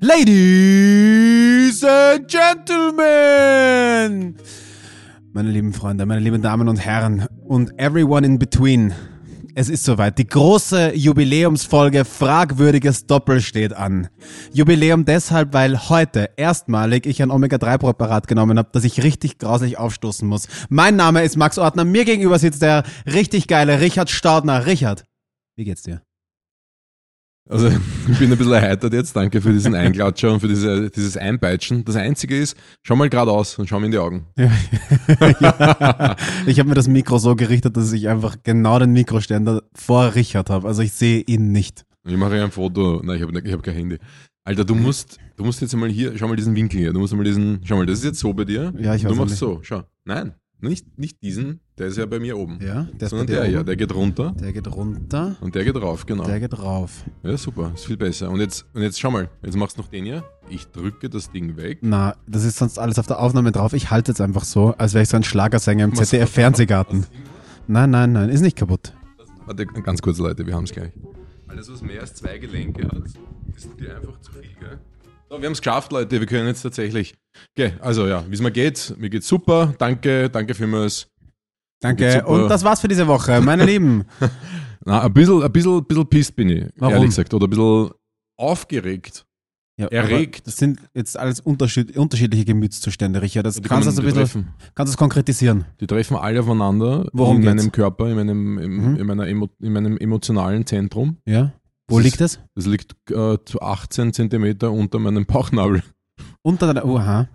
Ladies and Gentlemen, meine lieben Freunde, meine lieben Damen und Herren und everyone in between. Es ist soweit. Die große Jubiläumsfolge Fragwürdiges Doppel steht an. Jubiläum deshalb, weil heute erstmalig ich ein Omega-3-Präparat genommen habe, das ich richtig grauslich aufstoßen muss. Mein Name ist Max Ortner. Mir gegenüber sitzt der richtig geile Richard Staudner. Richard, wie geht's dir? Also ich bin ein bisschen erheitert jetzt, danke für diesen Einklatscher und für dieses Einpeitschen. Das Einzige ist, schau mal geradeaus und schau mir in die Augen. Ja. Ich habe mir das Mikro so gerichtet, dass ich einfach genau den Mikroständer vor Richard habe. Also ich sehe ihn nicht. Ich mache ein Foto, nein, ich hab kein Handy. Alter, du musst jetzt mal hier, schau mal diesen Winkel hier, schau mal, das ist jetzt so bei dir. Ja, ich weiß du machst nicht. So, schau. Nein, nicht diesen, der ist ja bei mir oben. Ja, der ist sondern bei dir der oben. hier, der geht runter Der geht runter. und der geht rauf, genau. Der geht rauf. Ja, super, ist viel besser. Und jetzt schau mal, jetzt machst du noch den hier. Ich drücke das Ding weg. Na, das ist sonst alles auf der Aufnahme drauf. Ich halte jetzt einfach so, als wäre ich so ein Schlagersänger im ZDF-Fernsehgarten. Nein, ist nicht kaputt. Warte, ganz kurz, Leute, wir haben es gleich. Alles, was mehr als 2 Gelenke hat, ist dir einfach zu viel, gell? So, wir haben es geschafft, Leute, wir können jetzt tatsächlich. Okay, also ja, wie es mir geht's super, danke vielmals. Danke. Und das war's für diese Woche, meine Lieben. Na, ein bisschen pisst bin ich, Warum? ehrlich gesagt, oder ein bisschen aufgeregt. Ja, Erregt. Das sind jetzt alles unterschiedliche Gemütszustände, Richard. Das Die kannst du kommen- ein die bisschen, kannst du es konkretisieren. Die treffen alle aufeinander Worum in geht's? meinem Körper, in meinem emotionalen Zentrum. Ja. Wo Das liegt es? Das liegt zu 18 Zentimeter unter meinem Bauchnabel. Unter deiner. Aha.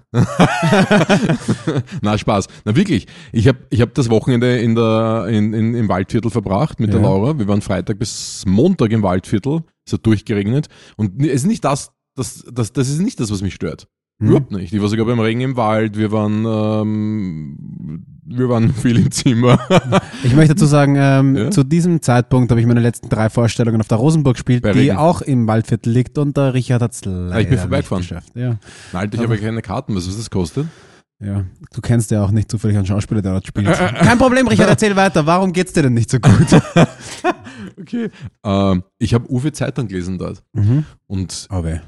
Na, Spaß. Na, wirklich. Ich hab das Wochenende im Waldviertel verbracht mit der Ja. Laura. Wir waren Freitag bis Montag im Waldviertel. Es hat durchgeregnet. Und es ist nicht das ist nicht das, was mich stört. Überhaupt nicht. Ich war sogar beim Regen im Wald. Wir waren viel im Zimmer. Ich möchte dazu sagen, Ja? zu diesem Zeitpunkt habe ich meine letzten 3 Vorstellungen auf der Rosenburg gespielt, Bei die Regen. auch im Waldviertel liegt und der Richard hat es leider ich bin vorbeigefahren. nicht geschafft. Ja. Alter, ich habe ja keine Karten. Was das kostet? Ja, du kennst ja auch nicht zufällig einen Schauspieler, der dort spielt. Kein Problem, Richard, erzähl weiter. Warum geht's dir denn nicht so gut? Okay. Ich habe Uwe Zeitung gelesen dort. Und Aber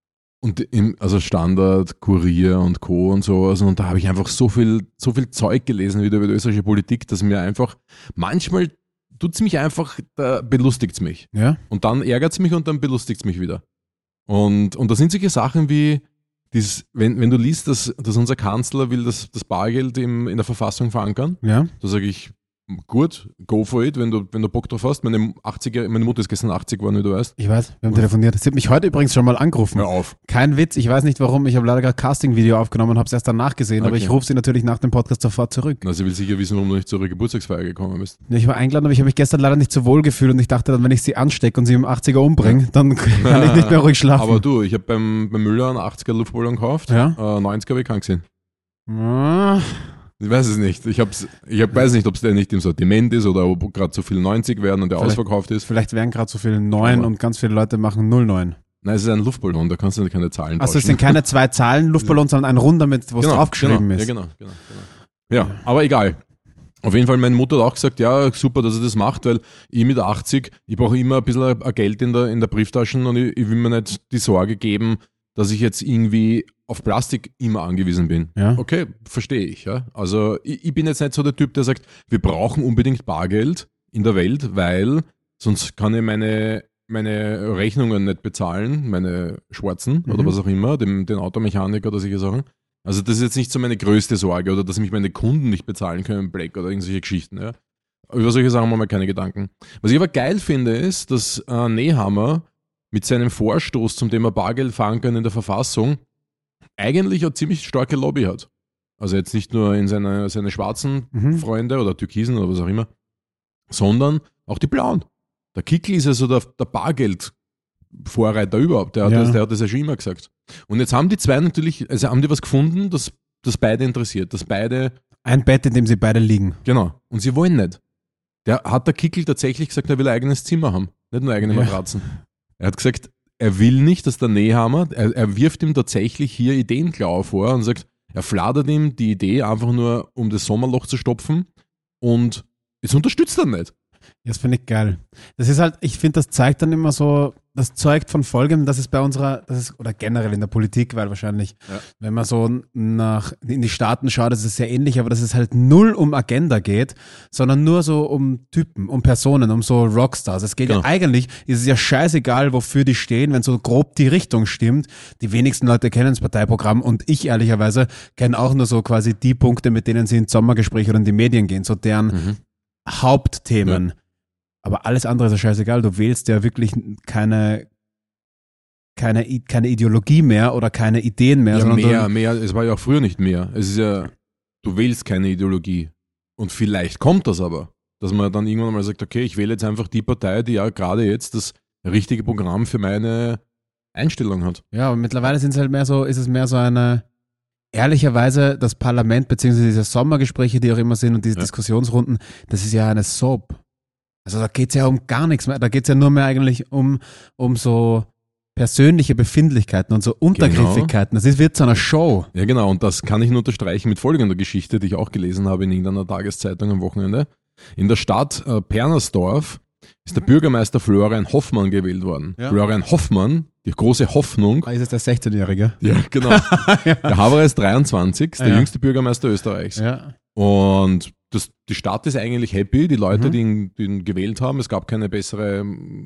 also Standard, Kurier und Co. und so. Also, und da habe ich einfach so viel Zeug gelesen wieder über die österreichische Politik, dass mir einfach, manchmal tut es mich einfach, da belustigt es mich. ja, Und dann ärgert es mich und dann belustigt es mich wieder. Und da sind solche Sachen wie, wenn du liest, dass unser Kanzler will das Bargeld in der Verfassung verankern, ja. da sage ich, gut, go for it, wenn du Bock drauf hast. Meine Mutter ist gestern 80 geworden, wie du weißt. Ich weiß, wir haben telefoniert. Sie hat mich heute übrigens schon mal angerufen. Hör auf. Kein Witz, ich weiß nicht warum. Ich habe leider gerade Casting-Video aufgenommen und habe es erst danach gesehen, aber Okay. ich rufe sie natürlich nach dem Podcast sofort zurück. Na, sie will sicher wissen, warum du nicht zu ihrer Geburtstagsfeier gekommen bist. Ja, ich war eingeladen, aber ich habe mich gestern leider nicht so wohl gefühlt und ich dachte dann, wenn ich sie anstecke und sie im 80er umbringe, dann kann ich nicht mehr ruhig schlafen. Aber du, ich habe beim Müller einen 80er Luftballon gekauft, Ja? 90er habe ich keinen gesehen. Ah, Ich weiß es nicht. Ich weiß nicht, ob es der nicht im Sortiment ist oder ob gerade so viel 90 werden und der Vielleicht- ausverkauft ist. vielleicht wären gerade so viele 9 Aber- und ganz viele Leute machen 09. Nein, es ist ein Luftballon, da kannst du keine Zahlen Also es tauschen. sind keine 2 Zahlen Luftballons, sondern ein runder, mit wo es draufgeschrieben ist. Ja, genau. Ja, aber egal. Auf jeden Fall, meine Mutter hat auch gesagt, ja, super, dass er das macht, weil ich mit 80, ich brauche immer ein bisschen ein Geld in der Brieftasche und ich will mir nicht die Sorge geben, dass ich jetzt irgendwie auf Plastik immer angewiesen bin. Ja. Okay, verstehe ich. Ja. Also ich bin jetzt nicht so der Typ, der sagt, wir brauchen unbedingt Bargeld in der Welt, weil sonst kann ich meine Rechnungen nicht bezahlen, meine schwarzen oder was auch immer, den Automechaniker oder solche Sachen. Also das ist jetzt nicht so meine größte Sorge oder dass mich meine Kunden nicht bezahlen können, Black oder irgendwelche Geschichten. Ja. Über solche Sachen machen wir keine Gedanken. Was ich aber geil finde, ist, dass Nehammer mit seinem Vorstoß zum Thema Bargeld verankern in der Verfassung eigentlich eine ziemlich starke Lobby hat. Also jetzt nicht nur in seine schwarzen Freunde oder Türkisen oder was auch immer, sondern auch die Blauen. Der Kickl ist also der Bargeld-Vorreiter überhaupt. Der hat das ja schon immer gesagt. Und jetzt haben die zwei natürlich, also haben die was gefunden, das beide interessiert, dass beide... Ein Bett, in dem sie beide liegen. Genau. Und sie wollen nicht. Der Kickl tatsächlich gesagt, er will ein eigenes Zimmer haben, nicht nur eigene Matratzen. Er hat gesagt, er will nicht, dass der Nehammer, er wirft ihm tatsächlich hier Ideenklau vor und sagt, er fladert ihm die Idee einfach nur, um das Sommerloch zu stopfen und es unterstützt er nicht. Das finde ich geil. Das ist halt, ich finde, das zeigt dann immer so, das zeugt von Folgendem, dass es bei oder generell in der Politik, weil wahrscheinlich, wenn man so in die Staaten schaut, ist es sehr ähnlich, aber dass es halt null um Agenda geht, sondern nur so um Typen, um Personen, um so Rockstars. Es geht ja eigentlich, ist es ja scheißegal, wofür die stehen, wenn so grob die Richtung stimmt. Die wenigsten Leute kennen das Parteiprogramm und ich ehrlicherweise kenne auch nur so quasi die Punkte, mit denen sie ins Sommergespräch oder in die Medien gehen, so deren Hauptthemen. Ja. Aber alles andere ist ja scheißegal. Du wählst ja wirklich keine Ideologie mehr oder keine Ideen mehr. Ja, sondern mehr. Es war ja auch früher nicht mehr. Es ist ja, du wählst keine Ideologie. Und vielleicht kommt das aber, dass man dann irgendwann mal sagt, okay, ich wähle jetzt einfach die Partei, die ja gerade jetzt das richtige Programm für meine Einstellung hat. Ja, aber mittlerweile ist es mehr so eine, ehrlicherweise das Parlament, beziehungsweise diese Sommergespräche, die auch immer sind und diese Diskussionsrunden, das ist ja eine Soap. Also da geht es ja um gar nichts mehr. Da geht es ja nur mehr eigentlich um so persönliche Befindlichkeiten und so Untergriffigkeiten. Das wird zu einer Show. Ja, genau. Und das kann ich nur unterstreichen mit folgender Geschichte, die ich auch gelesen habe in irgendeiner Tageszeitung am Wochenende. In der Stadt Pernersdorf ist der Bürgermeister Florian Hoffmann gewählt worden. Ja. Florian Hoffmann, die große Hoffnung. Ist es der 16-Jährige? Ja, genau. Der Haberer ist 23, ist der jüngste Bürgermeister Österreichs. Ja. Und die Stadt ist eigentlich happy, die Leute, die ihn gewählt haben. Es gab keine bessere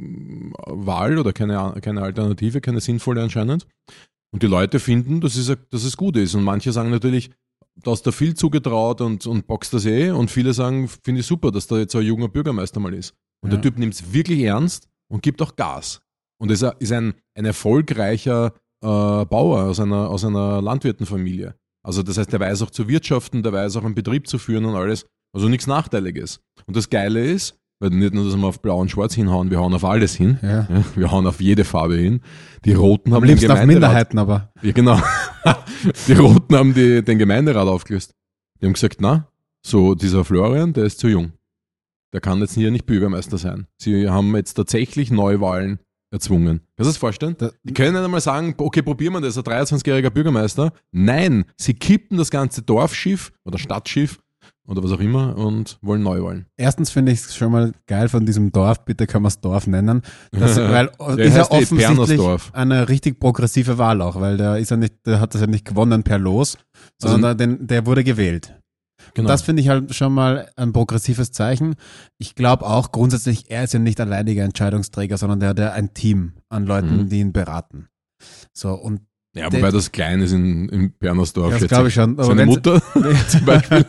Wahl oder keine Alternative, keine sinnvolle anscheinend. Und die Leute finden, dass es gut ist. Und manche sagen natürlich, da hast du viel zugetraut und boxt das eh. Und viele sagen, finde ich super, dass da jetzt so ein junger Bürgermeister mal ist. Und der Typ nimmt es wirklich ernst und gibt auch Gas. Und ist ein erfolgreicher Bauer aus einer Landwirtenfamilie. Also das heißt, der weiß auch zu wirtschaften, der weiß auch einen Betrieb zu führen und alles. Also nichts Nachteiliges. Und das Geile ist, weil nicht nur, dass wir auf Blau und Schwarz hinhauen, wir hauen auf alles hin. Ja. Ja, wir hauen auf jede Farbe hin. Die Roten haben den Gemeinderat... auf Minderheiten aber. Ja, genau. Die Roten haben den Gemeinderat aufgelöst. Die haben gesagt, na, so dieser Florian, der ist zu jung. Der kann jetzt hier nicht Bürgermeister sein. Sie haben jetzt tatsächlich Neuwahlen erzwungen. Kannst du das vorstellen? Die können nicht einmal sagen, okay, probieren wir das, ein 23-jähriger Bürgermeister. Nein, sie kippen das ganze Dorfschiff oder Stadtschiff oder was auch immer und wollen Neuwahlen. Erstens finde ich es schon mal geil von diesem Dorf, bitte können wir es Dorf nennen, weil ist ja offensichtlich eine richtig progressive Wahl auch, weil der hat das ja nicht gewonnen per Los, sondern der wurde gewählt. Genau. Das finde ich halt schon mal ein progressives Zeichen. Ich glaube auch grundsätzlich, er ist ja nicht alleiniger Entscheidungsträger, sondern der hat ja ein Team an Leuten, die ihn beraten. So, und ja, wobei das klein ist in Bernersdorf. Das glaube ich schon. Aber seine Mutter zum Beispiel.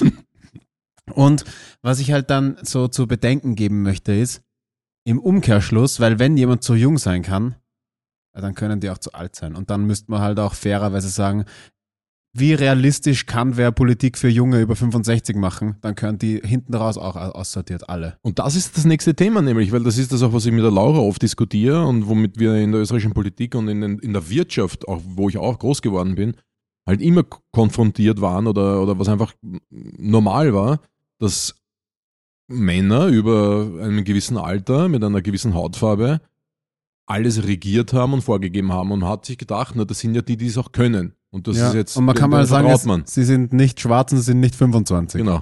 Und was ich halt dann so zu bedenken geben möchte ist, im Umkehrschluss, weil wenn jemand zu jung sein kann, dann können die auch zu alt sein. Und dann müsste man halt auch fairerweise sagen, wie realistisch kann wer Politik für Junge über 65 machen, dann können die hinten raus auch aussortiert, alle. Und das ist das nächste Thema nämlich, weil das ist das auch, was ich mit der Laura oft diskutiere und womit wir in der österreichischen Politik und in der Wirtschaft, auch wo ich auch groß geworden bin, halt immer konfrontiert waren oder was einfach normal war, dass Männer über einem gewissen Alter mit einer gewissen Hautfarbe alles regiert haben und vorgegeben haben und man hat sich gedacht, na, das sind ja die es auch können. Und das ist jetzt. Und man kann mal sagen, sie sind nicht schwarz und sie sind nicht 25. Genau.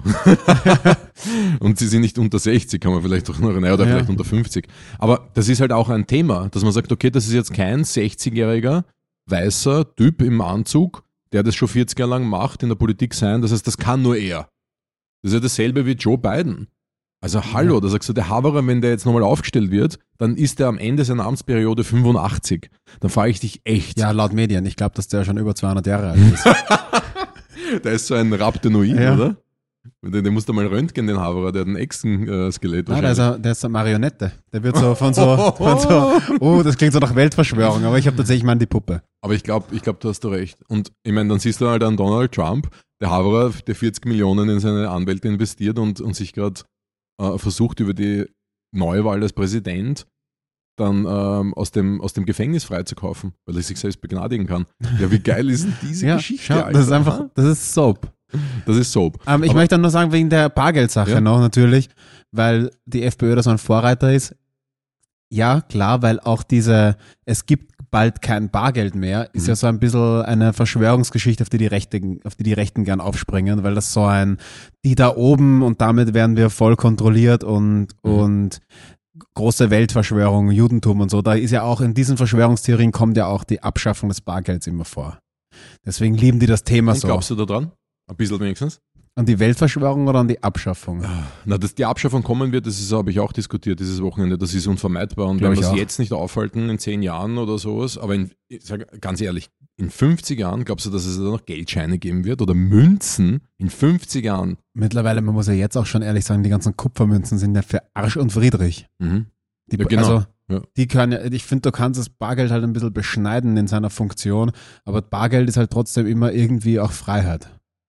Und sie sind nicht unter 60, kann man vielleicht auch noch, oder vielleicht unter 50. Aber das ist halt auch ein Thema, dass man sagt, okay, das ist jetzt kein 60-jähriger, weißer Typ im Anzug, der das schon 40 Jahre lang macht, in der Politik sein. Das heißt, das kann nur er. Das ist ja dasselbe wie Joe Biden. Also hallo, da sagst du, der Haberer, wenn der jetzt nochmal aufgestellt wird, dann ist der am Ende seiner Amtsperiode 85. Dann frage ich dich echt. Ja, laut Medien. Ich glaube, dass der schon über 200 Jahre alt ist. Der ist so ein Raptenoid, oder? Den musst du mal röntgen, den Haberer, der hat ein Echsen-Skelett. Der ist eine Marionette. Der wird so das klingt so nach Weltverschwörung, aber ich habe tatsächlich mal die Puppe. Aber ich glaube, da hast du recht. Und ich meine, dann siehst du halt an Donald Trump, der Haberer, der 40 Millionen in seine Anwälte investiert und sich gerade versucht, über die Neuwahl als Präsident dann aus dem Gefängnis freizukaufen, weil er sich selbst begnadigen kann. Ja, wie geil ist denn diese Geschichte? Schau, das ist Soap. Das ist Soap. Ich möchte dann nur sagen, wegen der Bargeldsache noch natürlich, weil die FPÖ da so ein Vorreiter ist. Ja, klar, weil auch es gibt bald kein Bargeld mehr, ist ja so ein bisschen eine Verschwörungsgeschichte, auf die die Rechten gern aufspringen, weil das so die da oben und damit werden wir voll kontrolliert und große Weltverschwörung, Judentum und so, da ist ja auch in diesen Verschwörungstheorien kommt ja auch die Abschaffung des Bargelds immer vor. Deswegen lieben die das Thema Und so. glaubst du da dran? Ein bisschen wenigstens? An die Weltverschwörung oder an die Abschaffung? Na, dass die Abschaffung kommen wird, habe ich auch diskutiert dieses Wochenende, das ist unvermeidbar. Und Glaub wenn ich wir es auch. jetzt nicht aufhalten, in 10 Jahren oder sowas, aber ich sag ganz ehrlich, in 50 Jahren, glaubst du, dass es da noch Geldscheine geben wird oder Münzen in 50 Jahren? Mittlerweile, man muss ja jetzt auch schon ehrlich sagen, die ganzen Kupfermünzen sind ja für Arsch und Friedrich. Mhm. Die, Ja, genau. Also, Ja. die können ja, ich finde, du kannst das Bargeld halt ein bisschen beschneiden in seiner Funktion, aber Bargeld ist halt trotzdem immer irgendwie auch Freiheit.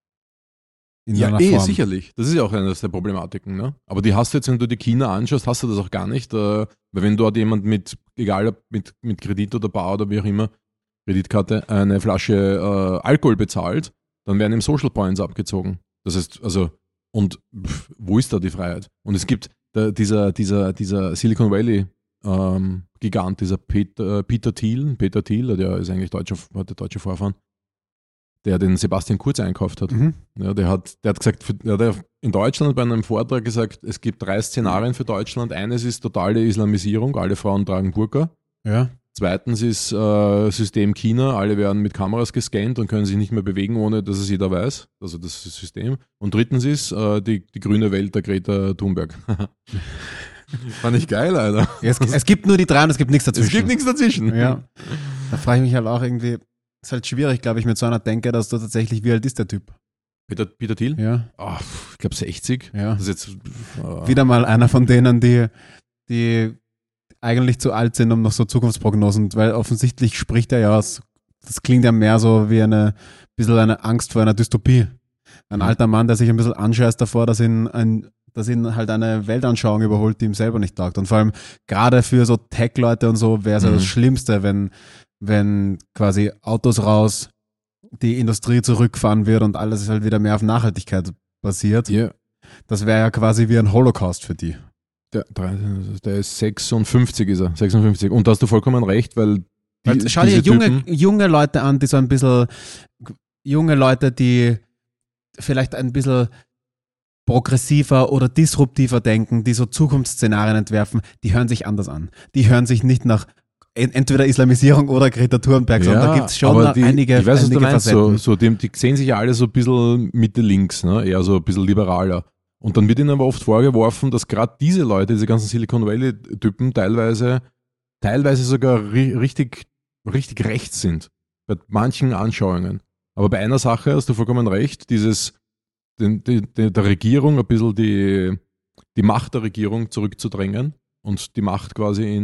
In Ja, seiner Form. sicherlich. Das ist ja auch eine der Problematiken. Ne? Aber die hast du jetzt, wenn du die China anschaust, hast du das auch gar nicht. Weil wenn dort jemand egal ob mit Kredit oder Bar oder wie auch immer, Kreditkarte, eine Flasche Alkohol bezahlt, dann werden ihm Social Points abgezogen. Das heißt, also, und wo ist da die Freiheit? Und es gibt dieser Silicon Valley Gigant, dieser Peter Thiel, der ist eigentlich hat deutsche Vorfahren, der den Sebastian Kurz einkauft hat. Mhm. Ja, der hat gesagt, der hat in Deutschland bei einem Vortrag gesagt, es gibt 3 Szenarien für Deutschland. Eines ist totale Islamisierung, alle Frauen tragen Burka. Ja. Zweitens ist System China, alle werden mit Kameras gescannt und können sich nicht mehr bewegen, ohne dass es jeder weiß. Also das ist das System. Und drittens ist die grüne Welt der Greta Thunberg. Fand ich geil, Alter. Es gibt nur die 3 und es gibt nichts dazwischen. Es gibt nichts dazwischen. Ja. Da frage ich mich halt auch irgendwie, ist halt schwierig, glaube ich, mit so einer Denke, dass du tatsächlich, wie alt ist der Typ? Peter Thiel? Ja. Oh, ich glaube 60. Ja. Das ist jetzt Wieder mal einer von denen, die eigentlich zu alt sind, um noch so Zukunftsprognosen, weil offensichtlich spricht er ja aus, das klingt ja mehr so wie eine Angst vor einer Dystopie. Ein alter Mann, der sich ein bisschen anscheißt davor, dass ihn halt eine Weltanschauung überholt, die ihm selber nicht taugt. Und vor allem gerade für so Tech-Leute und so wäre es ja das Schlimmste, wenn quasi Autos raus, die Industrie zurückfahren wird und alles halt wieder mehr auf Nachhaltigkeit basiert. yeah. Das wäre ja quasi wie ein Holocaust für die. Der ist 56 ist er. 56. Und da hast du vollkommen recht, weil Schau dir Typen, junge Leute an, die so ein bisschen, junge Leute, die vielleicht ein bisschen progressiver oder disruptiver denken, die so Zukunftsszenarien entwerfen, die hören sich anders an. Die hören sich nicht nach entweder Islamisierung oder Greta Thunberg, sondern da gibt es schon einige ich weiß, was du meinst, Facetten. die sehen sich alle so ein bisschen Mitte links, ne? Eher so ein bisschen liberaler. Und dann wird ihnen aber oft vorgeworfen, dass gerade diese Leute, diese ganzen Silicon Valley-Typen teilweise sogar richtig rechts sind. Bei manchen Anschauungen. Aber bei einer Sache hast du vollkommen recht, der Regierung ein bisschen die Macht der Regierung zurückzudrängen und die Macht quasi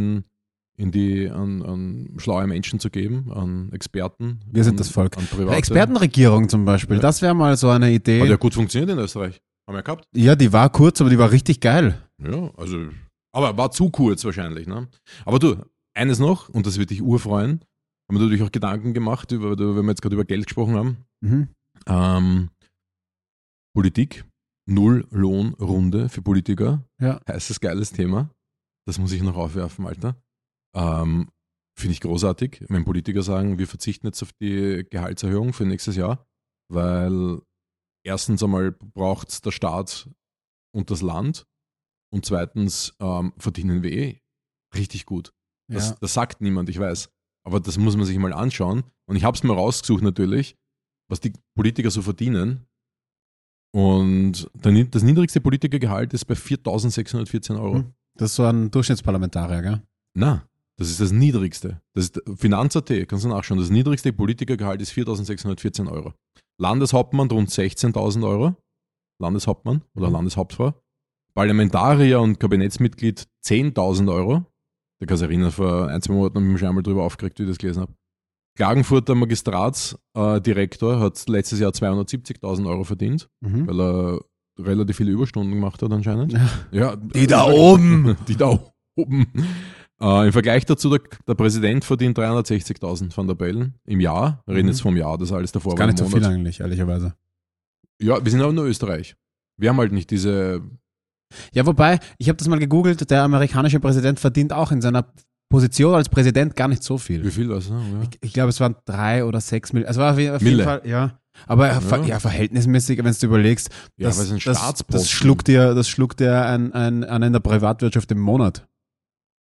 an schlaue Menschen zu geben, an Experten. Wir sind das Volk. An Private. Expertenregierung zum Beispiel, das wäre mal so eine Idee. Hat ja gut funktioniert in Österreich. Haben wir gehabt. Ja, die war kurz, aber die war richtig geil. Ja, also, aber war zu kurz wahrscheinlich. Ne? Aber du, eines noch, und das wird dich urfreuen, haben wir natürlich auch Gedanken gemacht, wenn wir jetzt gerade über Geld gesprochen haben. Politik, Null-Lohn-Runde für Politiker. Ja. Heißes, geiles Thema. Das muss ich noch aufwerfen, Alter. Finde ich großartig, wenn Politiker sagen, wir verzichten jetzt auf die Gehaltserhöhung für nächstes Jahr, weil erstens einmal braucht es der Staat und das Land und zweitens verdienen wir richtig gut. Das sagt niemand, ich weiß. Aber das muss man sich mal anschauen. Und ich habe es mal rausgesucht natürlich, was die Politiker so verdienen. Und das niedrigste Politikergehalt ist bei 4.614 Euro. Das ist so ein Durchschnittsparlamentarier, gell? Na, das ist das niedrigste. Das ist Finanz.at, kannst du nachschauen. Das niedrigste Politikergehalt ist 4.614 Euro. Landeshauptmann rund 16.000 Euro. Landeshauptmann oder Landeshauptfrau. Parlamentarier und Kabinettsmitglied 10.000 Euro. Der Kasarina vor 1-2 Monaten habe ich mich schon einmal drüber aufgeregt, wie ich das gelesen habe. Klagenfurter Magistratsdirektor hat letztes Jahr 270.000 Euro verdient, weil er relativ viele Überstunden gemacht hat anscheinend. Ja, die da oben! Die da oben. Im Vergleich dazu, der Präsident verdient 360.000 Van der Bellen im Jahr. Wir reden jetzt vom Jahr, das alles davor war. Gar nicht so viel eigentlich, ehrlicherweise. Ja, wir sind aber nur Österreich. Wir haben halt nicht diese... Ja, wobei, ich habe das mal gegoogelt, der amerikanische Präsident verdient auch in seiner Position als Präsident gar nicht so viel. Wie viel was? Ja. Ich glaube, es waren 3 oder 6 Millionen. Also war auf jeden Fall, ja. Aber verhältnismäßig, wenn du überlegst, das schluckt dir einen in der Privatwirtschaft im Monat.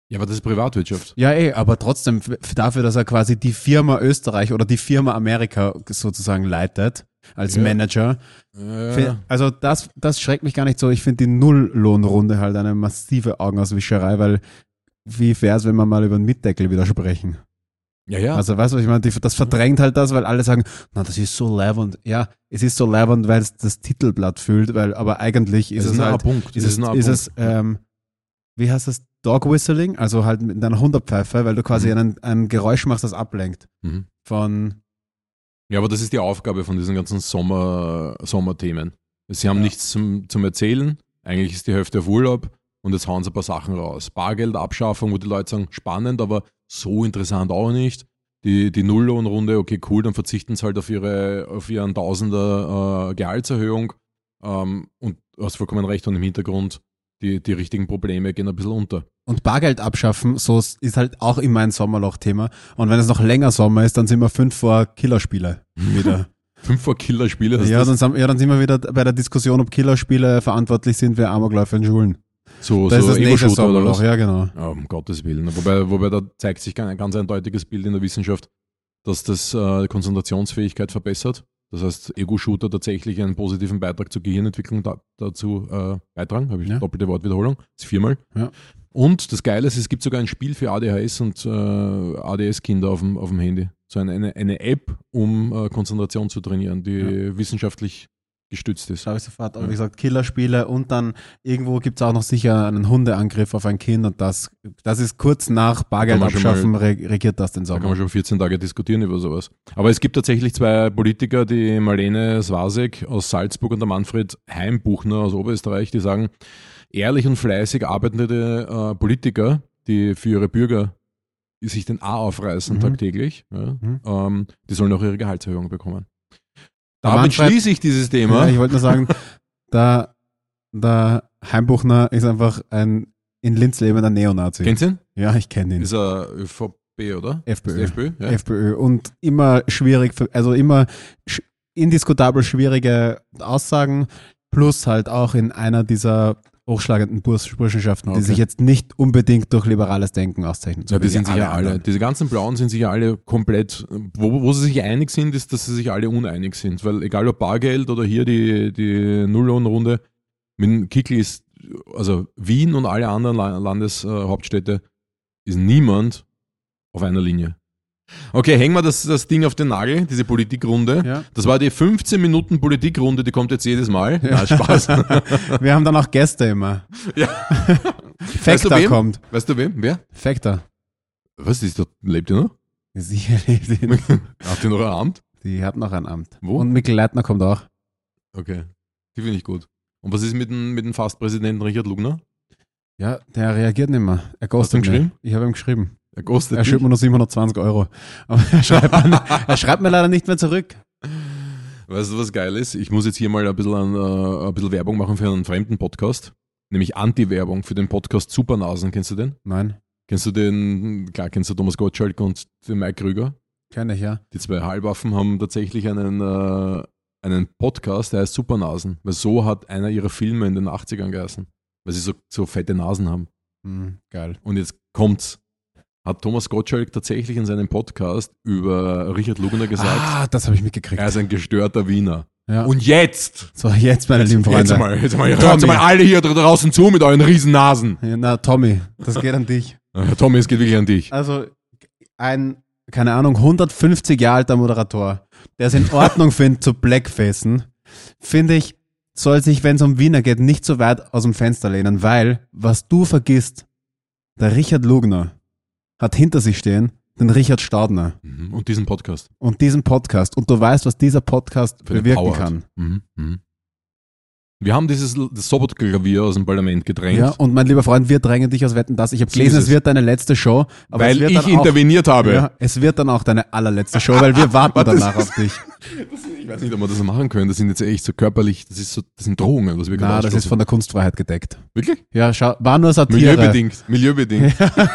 Ja, aber das ist Privatwirtschaft. Ja, aber trotzdem dafür, dass er quasi die Firma Österreich oder die Firma Amerika sozusagen leitet als Manager. Also das schreckt mich gar nicht so. Ich finde die Nulllohnrunde halt eine massive Augenauswischerei, weil wie wäre es, wenn wir mal über den Mietdeckel wieder sprechen? Ja. Also weißt du, was ich meine? Das verdrängt halt das, weil alle sagen, na, das ist so leibend. Ja, es ist so leibend, weil es das Titelblatt füllt, aber eigentlich ist es halt, wie heißt das? Dog Whistling, also halt mit einer Hundertpfeife, weil du quasi ein Geräusch machst, das ablenkt von. Ja, aber das ist die Aufgabe von diesen ganzen Sommerthemen. Sie haben nichts zum Erzählen, eigentlich ist die Hälfte auf Urlaub und jetzt hauen sie ein paar Sachen raus. Bargeldabschaffung, wo die Leute sagen, spannend, aber so interessant auch nicht. Die Nulllohnrunde, okay, cool, dann verzichten sie halt auf ihren Tausender Gehaltserhöhung und du hast vollkommen recht, und im Hintergrund die richtigen Probleme gehen ein bisschen unter. Und Bargeld abschaffen, so ist halt auch immer ein Sommerloch-Thema. Und wenn es noch länger Sommer ist, dann sind wir 5 vor Killerspiele wieder. 5 vor Killerspiele? Dann sind wir wieder bei der Diskussion, ob Killerspiele verantwortlich sind für Amokläufe in Schulen. So das ist das nächste Sommerloch, oder ja genau. Ja, um Gottes Willen. Wobei da zeigt sich ein ganz eindeutiges Bild in der Wissenschaft, dass das Konzentrationsfähigkeit verbessert. Das heißt, Ego-Shooter tatsächlich einen positiven Beitrag zur Gehirnentwicklung dazu beitragen. Habe ich doppelte Wortwiederholung. Das ist 4-mal. Ja. Und das Geile ist, es gibt sogar ein Spiel für ADHS und ADS-Kinder auf dem Handy. So eine App, um Konzentration zu trainieren, die wissenschaftlich gestützt ist. Da habe ich sofort, wie gesagt, Killerspiele und dann irgendwo gibt es auch noch sicher einen Hundeangriff auf ein Kind und das ist kurz nach Bargeld abschaffen, regiert das den Sommer. Da kann man schon 14 Tage diskutieren über sowas. Aber es gibt tatsächlich 2 Politiker, die Marlene Swasek aus Salzburg und der Manfred Heimbuchner aus Oberösterreich, die sagen, ehrlich und fleißig arbeitende Politiker, die für ihre Bürger sich den A aufreißen tagtäglich, die sollen auch ihre Gehaltserhöhung bekommen. Damit schließe ich dieses Thema. Ja, ich wollte nur sagen, der Heimbuchner ist einfach ein in Linz lebender Neonazi. Kennst du ihn? Ja, ich kenne ihn. Ist er ÖVP, oder? FPÖ. FPÖ, ja. FPÖ. Und immer schwierig, also immer indiskutabel schwierige Aussagen, plus halt auch in einer dieser hochschlagenden Burschenschaften, die sich jetzt nicht unbedingt durch liberales Denken auszeichnen. Ja, die sind sich ja alle. Diese ganzen Blauen sind sich ja alle komplett, wo sie sich einig sind, ist, dass sie sich alle uneinig sind. Weil egal ob Bargeld oder hier die Nulllohnrunde, mit Kickl ist, also Wien und alle anderen Landeshauptstädte, ist niemand auf einer Linie. Okay, hängen wir das Ding auf den Nagel, diese Politikrunde. Ja. Das war die 15 Minuten Politikrunde, die kommt jetzt jedes Mal. Ja, Spaß. Wir haben dann auch Gäste immer. Ja. Factor kommt. Weißt du wem? Wer? Factor. Was ist das? Lebt ihr noch? Sicher lebt ihr noch. Hat die noch ein Amt? Die hat noch ein Amt. Wo? Und Mikl Leitner kommt auch. Okay, die finde ich gut. Und was ist mit dem Fastpräsidenten Richard Lugner? Ja, der reagiert nicht mehr. Er ghostet mich. Geschrieben? Ich habe ihm geschrieben. Er schuldet mir nur 720 €. Aber er schreibt mir leider nicht mehr zurück. Weißt du, was geil ist? Ich muss jetzt hier mal ein bisschen Werbung machen für einen fremden Podcast. Nämlich Anti-Werbung für den Podcast Supernasen. Kennst du den? Nein. Kennst du Thomas Gottschalk und den Mike Krüger? Kenn ich, ja. Die 2 Halbaffen haben tatsächlich einen Podcast, der heißt Supernasen. Weil so hat einer ihrer Filme in den 80ern geheißen. Weil sie so fette Nasen haben. Geil. Und jetzt kommt's. Hat Thomas Gottschalk tatsächlich in seinem Podcast über Richard Lugner gesagt, das habe ich mitgekriegt. Er ist ein gestörter Wiener. Ja. Und jetzt! So, jetzt, meine lieben Freunde. Jetzt mal alle hier draußen zu mit euren riesen Nasen. Ja, na, Tommy, das geht an dich. Tommy, es geht wirklich an dich. Also, ein, keine Ahnung, 150 Jahre alter Moderator, der es in Ordnung findet, zu blackfacen, finde ich, soll sich, wenn es um Wiener geht, nicht so weit aus dem Fenster lehnen, weil, was du vergisst, der Richard Lugner hat hinter sich stehen den Richard Staudner. Und diesen Podcast. Und du weißt, was dieser Podcast bewirken kann. Wir haben das Sobotklavier aus dem Parlament gedrängt. Ja, und mein lieber Freund, wir drängen dich aus Wetten, dass ich habe gelesen, es wird deine letzte Show. Aber weil ich interveniert habe. Ja, es wird dann auch deine allerletzte Show, weil wir warten danach auf dich. Ich weiß nicht, ob wir das machen können. Das sind jetzt echt so körperlich, das sind Drohungen, was wir gerade das ist von der Kunstfreiheit gedeckt. Wirklich? Ja, war nur Satire. Milieubedingt.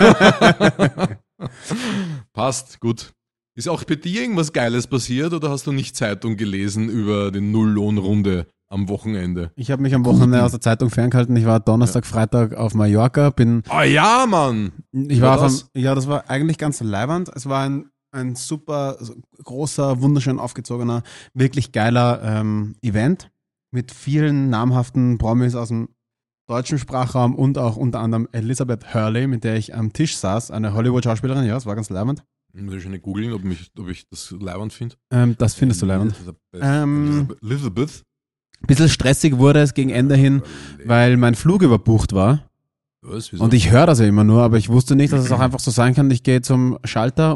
Passt, gut. Ist auch bei dir irgendwas Geiles passiert oder hast du nicht Zeitung gelesen über die Nulllohnrunde am Wochenende? Ich habe mich am Wochenende aus der Zeitung ferngehalten. Ich war Donnerstag, Freitag auf Mallorca. Ah ja, Mann! Das war eigentlich ganz leibernd. Es war ein super großer, wunderschön aufgezogener, wirklich geiler Event mit vielen namhaften Promis aus dem deutschen Sprachraum und auch unter anderem Elizabeth Hurley, mit der ich am Tisch saß, eine Hollywood-Schauspielerin. Ja, es war ganz leibernd. Muss ich schon nicht googeln, ob ich das leibernd finde. Das findest du leibernd. Elizabeth. Ein bisschen stressig wurde es gegen Ende hin, weil mein Flug überbucht war. Was? Wieso? Und ich höre das ja immer nur, aber ich wusste nicht, dass es auch einfach so sein kann. Ich gehe zum Schalter,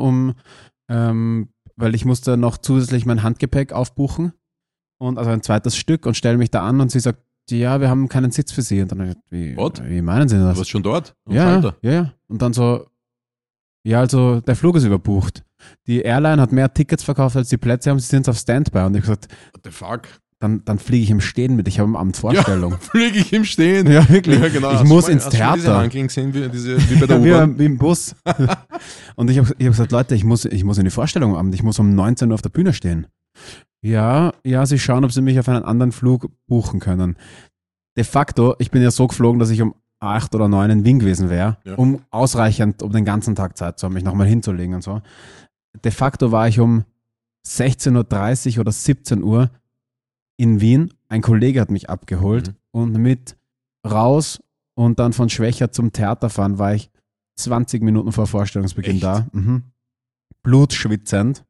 weil ich musste noch zusätzlich mein Handgepäck aufbuchen. Und also ein zweites Stück und stelle mich da an und sie sagt, ja, wir haben keinen Sitz für Sie. Und dann habe ich gesagt, wie meinen Sie das? Du warst schon dort? Ja. Und dann so, ja, also der Flug ist überbucht. Die Airline hat mehr Tickets verkauft, als die Plätze haben. Sie sind auf Standby. Und ich habe gesagt, what the fuck? Dann fliege ich im Stehen mit. Ich habe am Abend Vorstellung. Ja, fliege ich im Stehen. Ja, wirklich. Ja, genau. Ich muss ins Theater. Diese Ranking sehen, wie bei der U-Bahn. Wie im Bus. Und ich hab gesagt, Leute, ich muss in die Vorstellung am Abend. Ich muss um 19 Uhr auf der Bühne stehen. Ja, sie schauen, ob sie mich auf einen anderen Flug buchen können. De facto, ich bin ja so geflogen, dass ich um 8 oder 9 in Wien gewesen wäre, um den ganzen Tag Zeit zu haben, mich nochmal hinzulegen und so. De facto war ich um 16.30 Uhr oder 17 Uhr in Wien. Ein Kollege hat mich abgeholt und mit raus und dann von Schwächer zum Theater fahren war ich 20 Minuten vor Vorstellungsbeginn da. Blutschwitzend.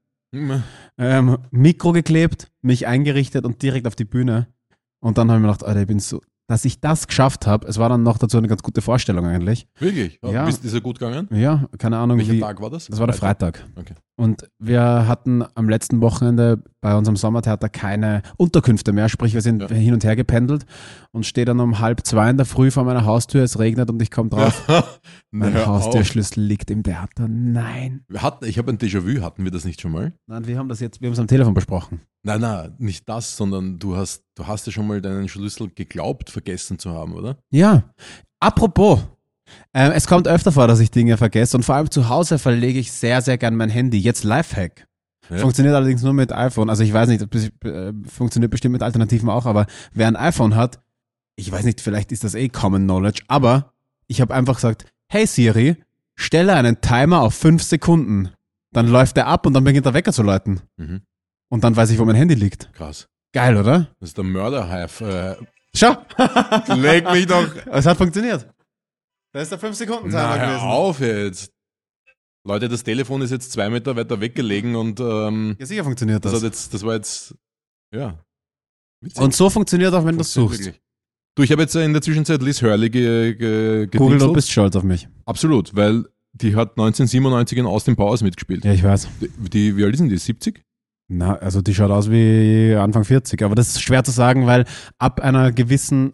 Mikro geklebt, mich eingerichtet und direkt auf die Bühne. Und dann habe ich mir gedacht, Alter, ich bin so, dass ich das geschafft habe. Es war dann noch dazu eine ganz gute Vorstellung eigentlich. Wirklich? Ja. Ist das gut gegangen? Ja, keine Ahnung. Welcher Tag war das? Das war der Freitag. Okay. Und wir hatten am letzten Wochenende bei unserem Sommertheater keine Unterkünfte mehr. Sprich, wir sind hin und her gependelt und stehe dann um 1:30 in der Früh vor meiner Haustür. Es regnet und ich komme drauf. Mein Haustürschlüssel liegt im Theater. Nein. Ich habe ein Déjà-vu. Hatten wir das nicht schon mal? Nein, wir haben es am Telefon besprochen. Nein, nicht das, sondern du hast ja schon mal deinen Schlüssel geglaubt, vergessen zu haben, oder? Ja. Apropos, es kommt öfter vor, dass ich Dinge vergesse und vor allem zu Hause verlege ich sehr, sehr gern mein Handy. Jetzt Lifehack. Ja. Funktioniert allerdings nur mit iPhone. Also ich weiß nicht, funktioniert bestimmt mit Alternativen auch, aber wer ein iPhone hat, ich weiß nicht, vielleicht ist das Common Knowledge, aber ich habe einfach gesagt, hey Siri, stelle einen Timer auf 5 Sekunden. Dann läuft der ab und dann beginnt der Wecker zu läuten. Und dann weiß ich, wo mein Handy liegt. Krass. Geil, oder? Das ist der Mörder-Hive. Schau! Leg mich doch. Es hat funktioniert. Da ist der 5-Sekunden-Timer gewesen. Hör auf jetzt. Leute, das Telefon ist jetzt 2 Meter weiter weggelegen und ja, sicher funktioniert das. Das war jetzt, ja. Witzig. Und so funktioniert auch, wenn du es suchst. Wirklich. Du, ich habe jetzt in der Zwischenzeit Liz Hurley Google, du bist stolz auf mich. Absolut, weil die hat 1997 in Austin Powers mitgespielt. Ja, ich weiß. Wie alt ist denn die? 70? Na, also die schaut aus wie Anfang 40, aber das ist schwer zu sagen, weil ab einer gewissen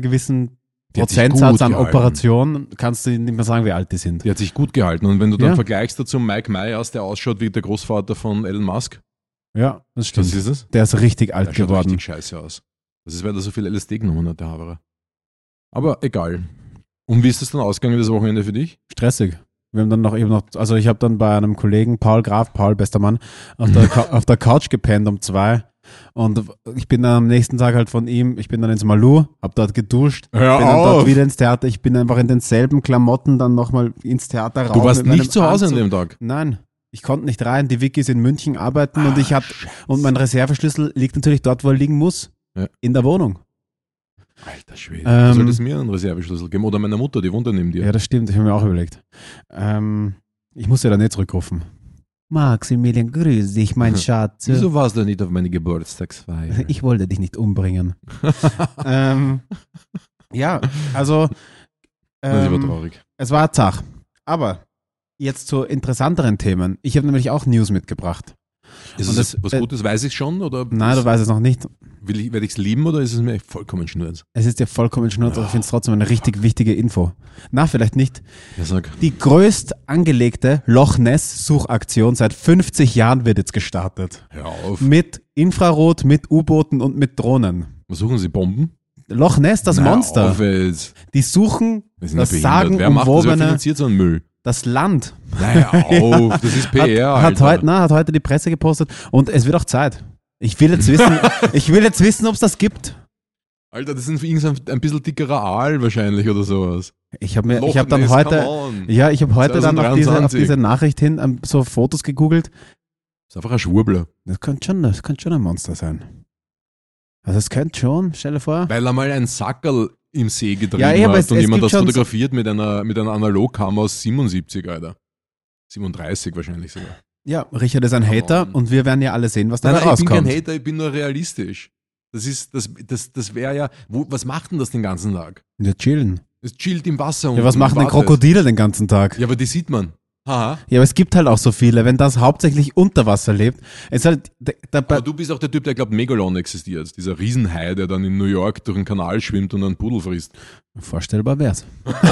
Prozentsatz an Operationen kannst du nicht mehr sagen, wie alt die sind. Die hat sich gut gehalten und wenn du dann vergleichst dazu Mike Myers, der ausschaut wie der Großvater von Elon Musk. Ja, das stimmt. Was ist es? Der ist richtig alt geworden. Der schaut richtig scheiße aus. Das ist, weil er so viel LSD genommen hat, der Haberer. Aber egal. Und wie ist das dann ausgegangen, das Wochenende für dich? Stressig. Wir haben dann ich habe dann bei einem Kollegen, Paul, bester Mann, auf der Couch gepennt um 2 und ich bin dann am nächsten Tag halt von ihm, ich bin dann ins Malu, hab dort geduscht, bin dann dort wieder ins Theater, ich bin einfach in denselben Klamotten dann nochmal ins Theater raus. Du warst nicht zu Hause an dem Tag? Nein, ich konnte nicht rein, die Vicky ist in München arbeiten und mein Reserveschlüssel liegt natürlich dort, wo er liegen muss, in der Wohnung. Alter Schwede. Du solltest mir einen Reserveschlüssel geben oder meiner Mutter, die wohnt da neben dir. Ja, das stimmt, ich habe mir auch überlegt. Ich muss ja da nicht zurückrufen. Maximilian, grüß dich, mein Schatz. Wieso warst du nicht auf meine Geburtstagsfeier? Ich wollte dich nicht umbringen. Ja, also Das war traurig. Es war ein Tag. Aber jetzt zu interessanteren Themen. Ich habe nämlich auch News mitgebracht. Ist es was Gutes, weiß ich schon? Oder nein, du weißt es noch nicht. Werde ich es lieben oder ist es mir vollkommen schnurz? Es ist dir vollkommen schnurz, aber ich finde es trotzdem eine richtig wichtige Info. Na, vielleicht nicht. Ja, sag. Die größt angelegte Loch Ness-Suchaktion seit 50 Jahren wird jetzt gestartet. Hör auf. Mit Infrarot, mit U-Booten und mit Drohnen. Was suchen sie? Bomben? Loch Ness, das Monster. Auf jetzt. Die suchen das sagenumwobene... Wer macht das? Wer finanziert so einen Müll? Das Land. Naja, auf, das ist PR, hat heute die Presse gepostet und es wird auch Zeit. Ich will jetzt wissen, ob es das gibt. Alter, das ist ein bisschen dickerer Aal wahrscheinlich oder sowas. Ich habe Loch dann Ness, heute, come on. ja, ich habe heute dann auf 2023. diese Nachricht hin so Fotos gegoogelt. Das ist einfach ein Schwurbler. Das könnte schon ein Monster sein. Also es könnte schon, stell dir vor. Weil er mal ein Sackerl im See getrieben Ja, aber hat und es jemand gibt das schon fotografiert mit einer Analogkamera aus 77, Alter. 37 wahrscheinlich sogar. Ja, Richard ist ein Come Hater on. und wir werden ja alle sehen, was dabei Nein, ich bin rauskommt. kein Hater, ich bin nur realistisch. Das wäre ja, was macht denn das den ganzen Tag? Wir chillen. Es chillt im Wasser und Ja, was machen denn wartet. Krokodile den ganzen Tag? Ja, aber die sieht man. Haha. Ja, aber es gibt halt auch so viele, wenn das hauptsächlich unter Wasser lebt. Es ist halt, Aber du bist auch der Typ, der glaubt, Megalon existiert. Dieser Riesenhai, der dann in New York durch den Kanal schwimmt und einen Pudel frisst. vorstellbar wär's.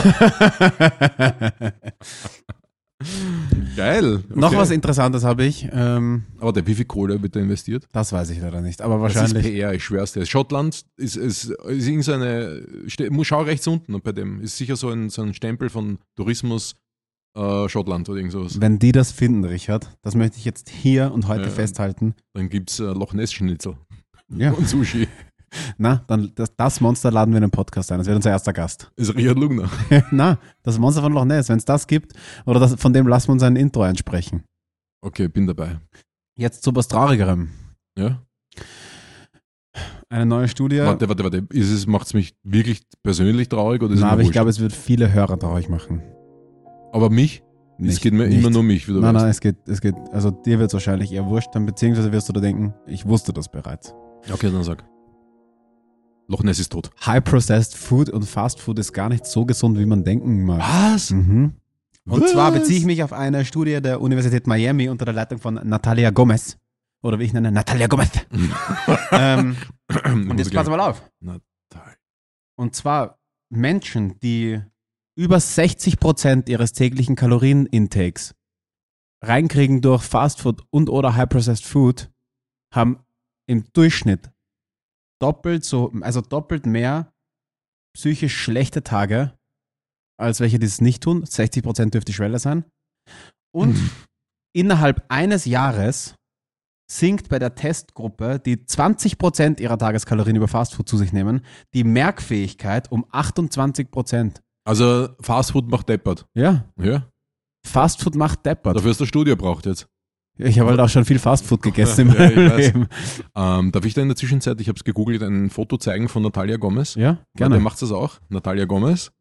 Geil. Okay. Noch was Interessantes habe ich. Aber wie viel Kohle wird da investiert? Das weiß ich leider nicht, aber Das ist wahrscheinlich. PR, ich schwör's dir. Schottland ist irgendeine, schau rechts unten bei dem, ist sicher so ein Stempel von Tourismus Schottland oder irgend sowas. Wenn die das finden, Richard, das möchte ich jetzt hier und heute Ja. festhalten. Dann gibt's Loch Ness Schnitzel Ja. und Sushi. Na, dann das Monster laden wir in den Podcast ein. Das wird unser erster Gast. Ist Richard Lugner. Na, das Monster von Loch Ness, wenn es das gibt, oder von dem lassen wir uns ein Intro einsprechen. Okay, bin dabei. Jetzt zu was Traurigerem. Ja? Eine neue Studie. Warte. Macht's mich wirklich persönlich traurig oder ist es Na, mir aber ich wurscht? glaube, es wird viele Hörer traurig machen. Aber mich? Es Nicht- geht mir nicht. immer nur mich, wie du Nein, weißt. nein, es geht, also dir wird es wahrscheinlich eher wurscht, dann beziehungsweise wirst du da denken, ich wusste das bereits. Okay, dann sag. Loch Ness ist tot. High Processed Food und Fast Food ist gar nicht so gesund, wie man denken mag. Was? Mhm. Und Was? zwar beziehe ich mich auf eine Studie der Universität Miami unter der Leitung von Natalia Gomez. Oder wie ich nenne, Natalia Gomez. Und jetzt pass mal auf. Natal. Und zwar Menschen, die über 60% ihres täglichen Kalorienintakes reinkriegen durch Fastfood und oder High Processed Food, haben im Durchschnitt doppelt mehr psychisch schlechte Tage, als welche, die es nicht tun. 60% dürfte die Schwelle sein. Und innerhalb eines Jahres sinkt bei der Testgruppe, die 20% ihrer Tageskalorien über Fastfood zu sich nehmen, die Merkfähigkeit um 28%. Also Fastfood macht deppert. Ja, Ja? Fastfood macht deppert. Dafür ist der Studio braucht jetzt. Ich habe halt auch schon viel Fastfood gegessen in Ja, ich meinem weiß. Leben. Darf ich da in der Zwischenzeit, ich habe es gegoogelt, ein Foto zeigen von Natalia Gomez? Ja, Der gerne. macht das auch. Natalia Gomez.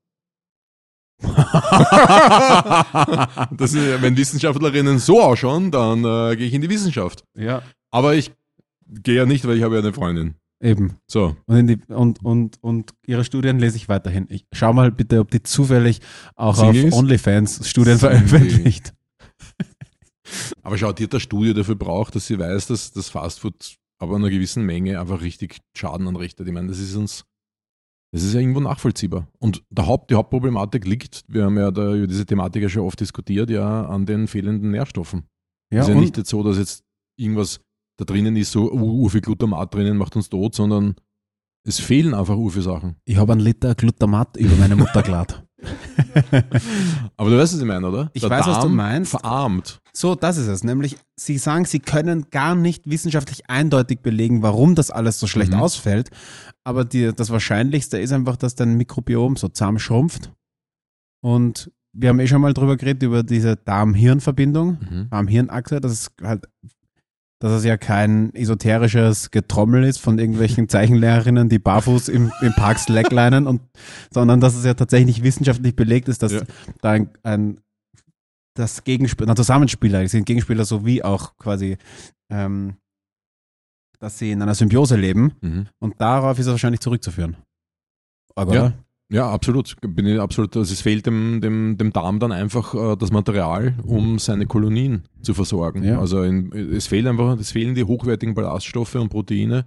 Das ist, wenn Wissenschaftlerinnen so ausschauen, dann gehe ich in die Wissenschaft. Ja, Aber ich gehe ja nicht, weil ich habe ja eine Freundin. eben. So. Und ihre Studien lese ich weiterhin. Ich schau mal bitte, ob die zufällig auch Single auf ist? OnlyFans Studien Single. veröffentlicht. Aber schau, die hat eine Studie dafür braucht, dass sie weiß, dass das Fastfood aber in einer gewissen Menge einfach richtig Schaden anrichtet. Ich meine, das ist ja irgendwo nachvollziehbar. Und die Hauptproblematik liegt, wir haben ja da über diese Thematik ja schon oft diskutiert, ja, an den fehlenden Nährstoffen. Ja, ist ja und nicht jetzt so, dass jetzt irgendwas da drinnen ist, so viel Glutamat drinnen macht uns tot, sondern es fehlen einfach viele Sachen. ich habe einen Liter Glutamat über meine Mutter geladen. Aber du weißt, was ich meine, oder? Ich Der weiß, was du Darm meinst. verarmt. So, das ist es. Nämlich, sie sagen, sie können gar nicht wissenschaftlich eindeutig belegen, warum das alles so schlecht Mhm. ausfällt. Aber das Wahrscheinlichste ist einfach, dass dein Mikrobiom so zahm schrumpft. Und wir haben schon mal drüber geredet, über diese Darm-Hirn-Verbindung, Mhm. Darm-Hirn-Achse, dass es ja kein esoterisches Getrommel ist von irgendwelchen Zeichenlehrerinnen, die barfuß im Park slacklinen, sondern dass es ja tatsächlich wissenschaftlich belegt ist, dass Ja. da das Gegenspieler, Zusammenspieler, sind Gegenspieler sowie auch quasi, dass sie in einer Symbiose leben Mhm. und darauf ist es wahrscheinlich zurückzuführen. Aber, Ja. Ja, absolut. Bin ich absolut. Also es fehlt dem Darm dann einfach das Material, um seine Kolonien zu versorgen. Ja. Also es fehlen die hochwertigen Ballaststoffe und Proteine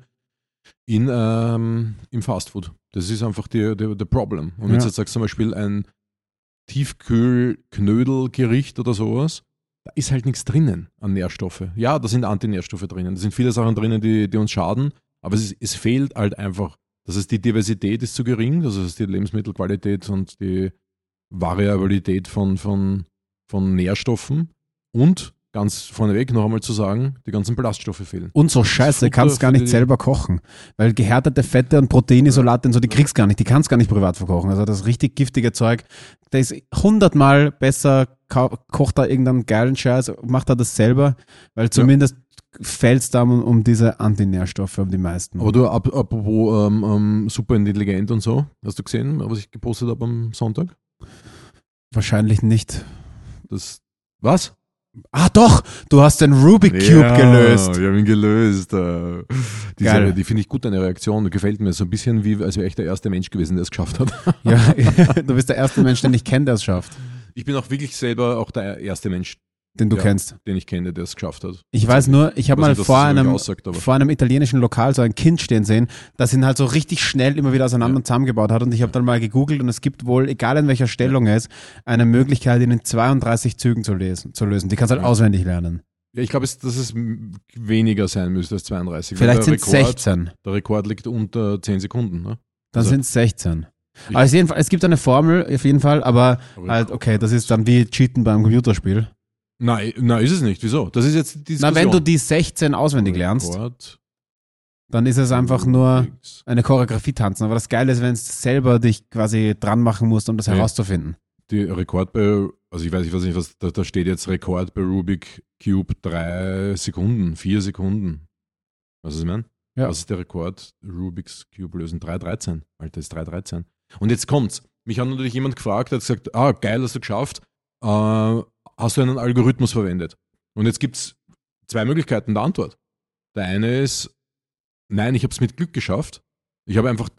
im Fastfood. Das ist einfach der Problem. Und wenn Ja. du jetzt sagst, zum Beispiel ein Tiefkühl-Knödelgericht oder sowas, da ist halt nichts drinnen an Nährstoffe. Ja, da sind Antinährstoffe drinnen. Da sind viele Sachen drinnen, die uns schaden, aber es fehlt halt einfach. Das heißt, die Diversität ist zu gering, das heißt, die Lebensmittelqualität und die Variabilität von Nährstoffen und ganz vorneweg noch einmal zu sagen, die ganzen Ballaststoffe fehlen. Und so Scheiße, Futter kannst gar für nicht die- selber kochen. Weil gehärtete Fette und Proteinisolate und so, die kriegst gar nicht, die kannst gar nicht privat verkochen. Also das richtig giftige Zeug, das ist 100-mal besser, kocht da irgendeinen geilen Scheiß, macht er das selber, weil zumindest fällt es da um diese Antinährstoffe, um die meisten. Aber du, apropos super intelligent und so, hast du gesehen, was ich gepostet habe am Sonntag? Wahrscheinlich nicht. Was? Ah doch, du hast den Rubik Cube gelöst. Ich habe ihn gelöst. Geil. Die finde ich gut, deine Reaktion. Gefällt mir so ein bisschen wie, als wäre ich der erste Mensch gewesen, der es geschafft hat. Ja, du bist der erste Mensch, den ich kenne, der es schafft. Ich bin auch wirklich selber auch der erste Mensch, Den du kennst. den ich kenne, der es geschafft hat. Ich weiß nur, ich habe weiß mal nicht, was vor das wirklich einem, aussagt, aber- vor einem italienischen Lokal so ein Kind stehen sehen, das ihn halt so richtig schnell immer wieder auseinander und zusammengebaut hat. Und ich habe dann mal gegoogelt und es gibt wohl, egal in welcher Stellung er ist, eine Möglichkeit, ihn in 32 Zügen zu lösen. Die kannst du halt auswendig lernen. Ja, ich glaube, dass es weniger sein müsste als 32. Vielleicht Weil sind es 16. Der Rekord liegt unter 10 Sekunden. Ne? Dann Also- sind es 16. Aber es gibt eine Formel auf jeden Fall, aber halt, okay, das ist dann wie Cheaten beim Computerspiel. Nein, ist es nicht. Wieso? Das ist jetzt die Diskussion. Na, wenn du die 16 auswendig lernst, Rekord, dann ist es einfach nur eine Choreografie tanzen. Aber das Geile ist, wenn du selber dich quasi dran machen musst, um das Ja. herauszufinden. Die Rekord bei, also ich weiß nicht, was da steht jetzt Rekord bei Rubik Cube 3 Sekunden, 4 Sekunden. Was ich meine? Ja. Was ist der Rekord? Rubik's Cube lösen 3,13. Alter, ist 3,13. Und jetzt kommt's. Mich hat natürlich jemand gefragt, hat gesagt, geil, hast du geschafft. Hast du einen Algorithmus verwendet? Und jetzt gibt's 2 Möglichkeiten der Antwort. Der eine ist, nein, ich habe es mit Glück geschafft. Ich habe einfach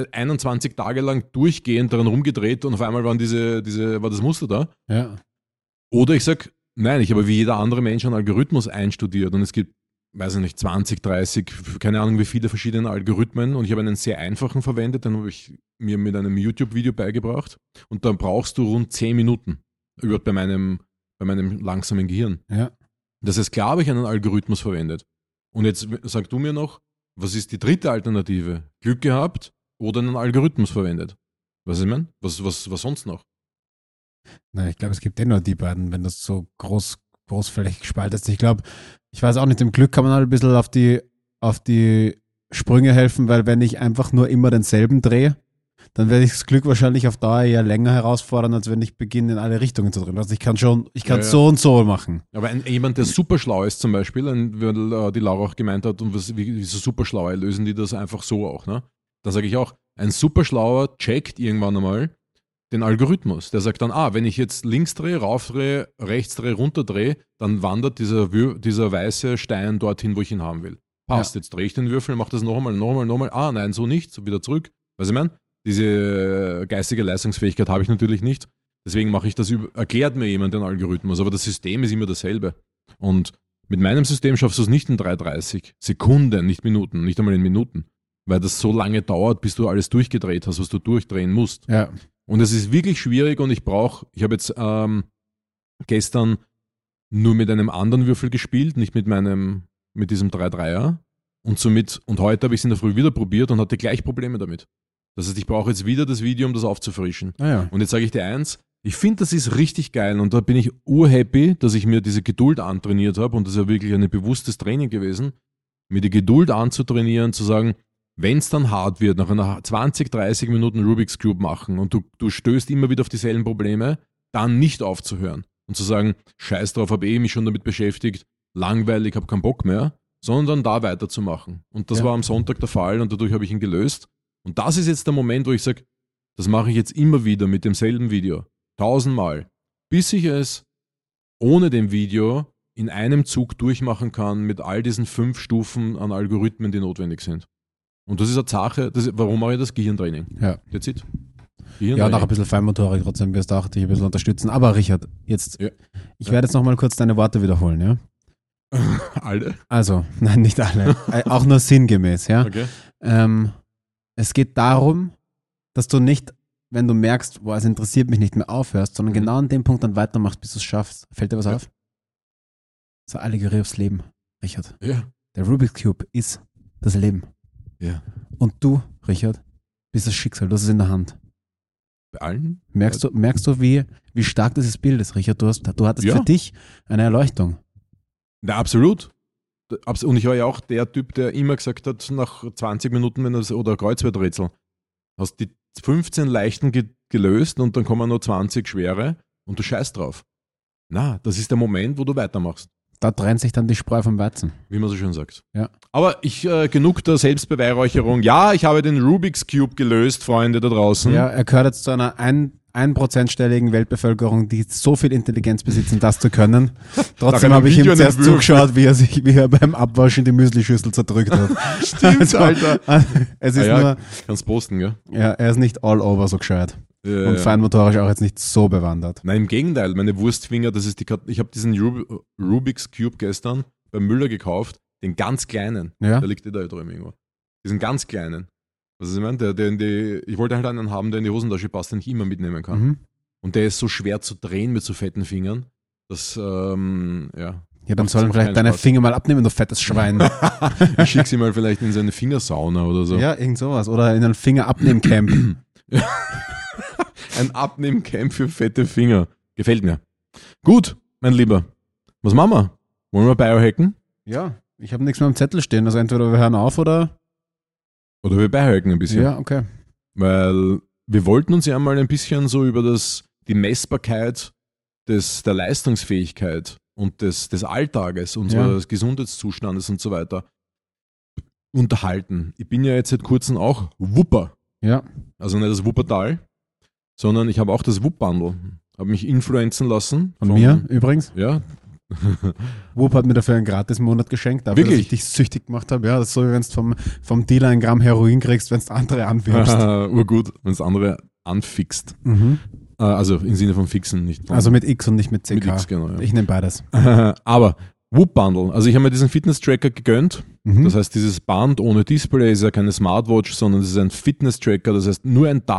21 Tage lang durchgehend daran rumgedreht und auf einmal war das Muster da. Ja. Oder ich sage, nein, ich habe wie jeder andere Mensch einen Algorithmus einstudiert und es gibt, weiß ich nicht, 20, 30, keine Ahnung wie viele verschiedene Algorithmen und ich habe einen sehr einfachen verwendet, den habe ich mir mit einem YouTube-Video beigebracht und dann brauchst du rund 10 Minuten bei meinem langsamen Gehirn. Ja. Das heißt, klar habe ich einen Algorithmus verwendet. Und jetzt sag du mir noch, was ist die dritte Alternative? Glück gehabt oder einen Algorithmus verwendet? Was ich meine? Was sonst noch? Nein, ich glaube, es gibt nur die beiden, wenn das so großflächig spaltet. Ich glaube, ich weiß auch nicht, im Glück kann man halt ein bisschen auf die Sprünge helfen, weil wenn ich einfach nur immer denselben drehe, dann werde ich das Glück wahrscheinlich auf Dauer eher länger herausfordern, als wenn ich beginne, in alle Richtungen zu drehen. Also ich kann so und so machen. Aber jemand, der super schlau ist zum Beispiel, weil die Laura auch gemeint hat, und wie so super Schlaue lösen die das einfach so auch, ne? Da sage ich auch, ein super Schlauer checkt irgendwann einmal den Algorithmus. Der sagt dann, wenn ich jetzt links drehe, rauf drehe, rechts drehe, runter drehe, dann wandert dieser weiße Stein dorthin, wo ich ihn haben will. Passt, jetzt drehe ich den Würfel, mache das nochmal. Nein, so nicht, so wieder zurück. Was ich meine? Diese geistige Leistungsfähigkeit habe ich natürlich nicht. Deswegen mache ich das, erklärt mir jemand den Algorithmus, aber das System ist immer dasselbe. Und mit meinem System schaffst du es nicht in 3,30 Sekunden, nicht Minuten, nicht einmal in Minuten, weil das so lange dauert, bis du alles durchgedreht hast, was du durchdrehen musst. Ja. Und es ist wirklich schwierig und ich habe jetzt gestern nur mit einem anderen Würfel gespielt, nicht mit diesem 3-3er und heute habe ich es in der Früh wieder probiert und hatte gleich Probleme damit. Das heißt, ich brauche jetzt wieder das Video, um das aufzufrischen. Ja. Und jetzt sage ich dir eins, ich finde, das ist richtig geil und da bin ich urhappy, dass ich mir diese Geduld antrainiert habe und das ist ja wirklich ein bewusstes Training gewesen, mir die Geduld anzutrainieren, zu sagen, wenn es dann hart wird, nach einer 20, 30 Minuten Rubik's Cube machen und du stößt immer wieder auf dieselben Probleme, dann nicht aufzuhören und zu sagen, scheiß drauf, habe mich schon damit beschäftigt, langweilig, habe keinen Bock mehr, sondern da weiterzumachen. Und das war am Sonntag der Fall und dadurch habe ich ihn gelöst. Und das ist jetzt der Moment, wo ich sage, das mache ich jetzt immer wieder mit demselben Video, 1000-mal, bis ich es ohne dem Video in einem Zug durchmachen kann mit all diesen 5 Stufen an Algorithmen, die notwendig sind. Und das ist eine Sache, warum mache ich das? Gehirntraining. Ja. That's it. Ja, noch ein bisschen Feinmotorik, trotzdem wirst du auch dich ein bisschen unterstützen. Aber Richard, ich werde jetzt nochmal kurz deine Worte wiederholen, ja? Alle? Also, nein, nicht alle. Auch nur sinngemäß, ja? Okay. Es geht darum, dass du nicht, wenn du merkst, es interessiert mich nicht mehr, aufhörst, sondern genau an dem Punkt dann weitermachst, bis du es schaffst. Fällt dir was auf? So Allegorie aufs Leben, Richard. Ja. Der Rubik's Cube ist das Leben. Ja. Und du, Richard, bist das Schicksal, du hast es in der Hand. Bei allen? Merkst du, wie stark dieses Bild ist, Richard? Du hattest für dich eine Erleuchtung. Na, absolut. Und ich war ja auch der Typ, der immer gesagt hat, nach 20 Minuten, oder Kreuzworträtsel, hast die 15 leichten gelöst und dann kommen noch 20 schwere und du scheißt drauf. Na, das ist der Moment, wo du weitermachst. Da trennt sich dann die Spreu vom Weizen. Wie man so schön sagt. Ja. Aber genug der Selbstbeweihräucherung. Ja, ich habe den Rubik's Cube gelöst, Freunde da draußen. Ja, er gehört jetzt zu einer 1%-stelligen Weltbevölkerung, die so viel Intelligenz besitzen, das zu können. Trotzdem habe ich ihm zuerst zugeschaut, wie er beim Abwaschen die Müslischüssel zerdrückt hat. Stimmt, Alter. Es ist nur, kannst posten, gell? ja, er ist nicht all over so gescheit. Ja, und feinmotorisch auch jetzt nicht so bewandert. Nein, im Gegenteil, meine Wurstfinger, ich habe diesen Rubik's Cube gestern beim Müller gekauft, den ganz kleinen. Ja. Der liegt da drüben irgendwo. Diesen ganz kleinen. Was ich meine, ich wollte halt einen haben, der in die Hosentasche passt, den ich immer mitnehmen kann. Mhm. Und der ist so schwer zu drehen mit so fetten Fingern, dass, Ja, dann macht sollen vielleicht deine Spaß. Finger mal abnehmen, du fettes Schwein. Ich schicke sie mal vielleicht in seine Fingersauna oder so. Ja, irgend sowas. Oder in ein Finger-Abnehmen-Camp. Ein Abnehmcamp für fette Finger. Gefällt mir. Gut, mein Lieber. Was machen wir? Wollen wir biohacken? Ja, ich habe nichts mehr am Zettel stehen. Also entweder wir hören auf oder... Oder wir biohacken ein bisschen? Ja, okay. Weil wir wollten uns ja mal ein bisschen so über die Messbarkeit der Leistungsfähigkeit und des Alltages, unseres Gesundheitszustandes und so weiter unterhalten. Ich bin ja jetzt seit kurzem auch Wupper. Ja. Also nicht das Wuppertal, sondern ich habe auch das Wupp-Bundle. Habe mich influenzen lassen. Von mir übrigens. Ja. Wupp hat mir dafür einen Gratis-Monat geschenkt, dafür, dass ich dich süchtig gemacht habe. Ja, das ist so, wie wenn du vom Dealer ein Gramm Heroin kriegst, wenn du andere anwirbst. Urgut, wenn es andere anfixt. Mhm. Also im Sinne von fixen, nicht von, Also mit X und nicht mit CK. mit X, genau. Ja. Ich nehme beides. Aber Whoop-Bundle, also ich habe mir diesen Fitness-Tracker gegönnt. Mhm. Das heißt, dieses Band ohne Display ist ja keine Smartwatch, sondern es ist ein Fitness-Tracker, das heißt nur ein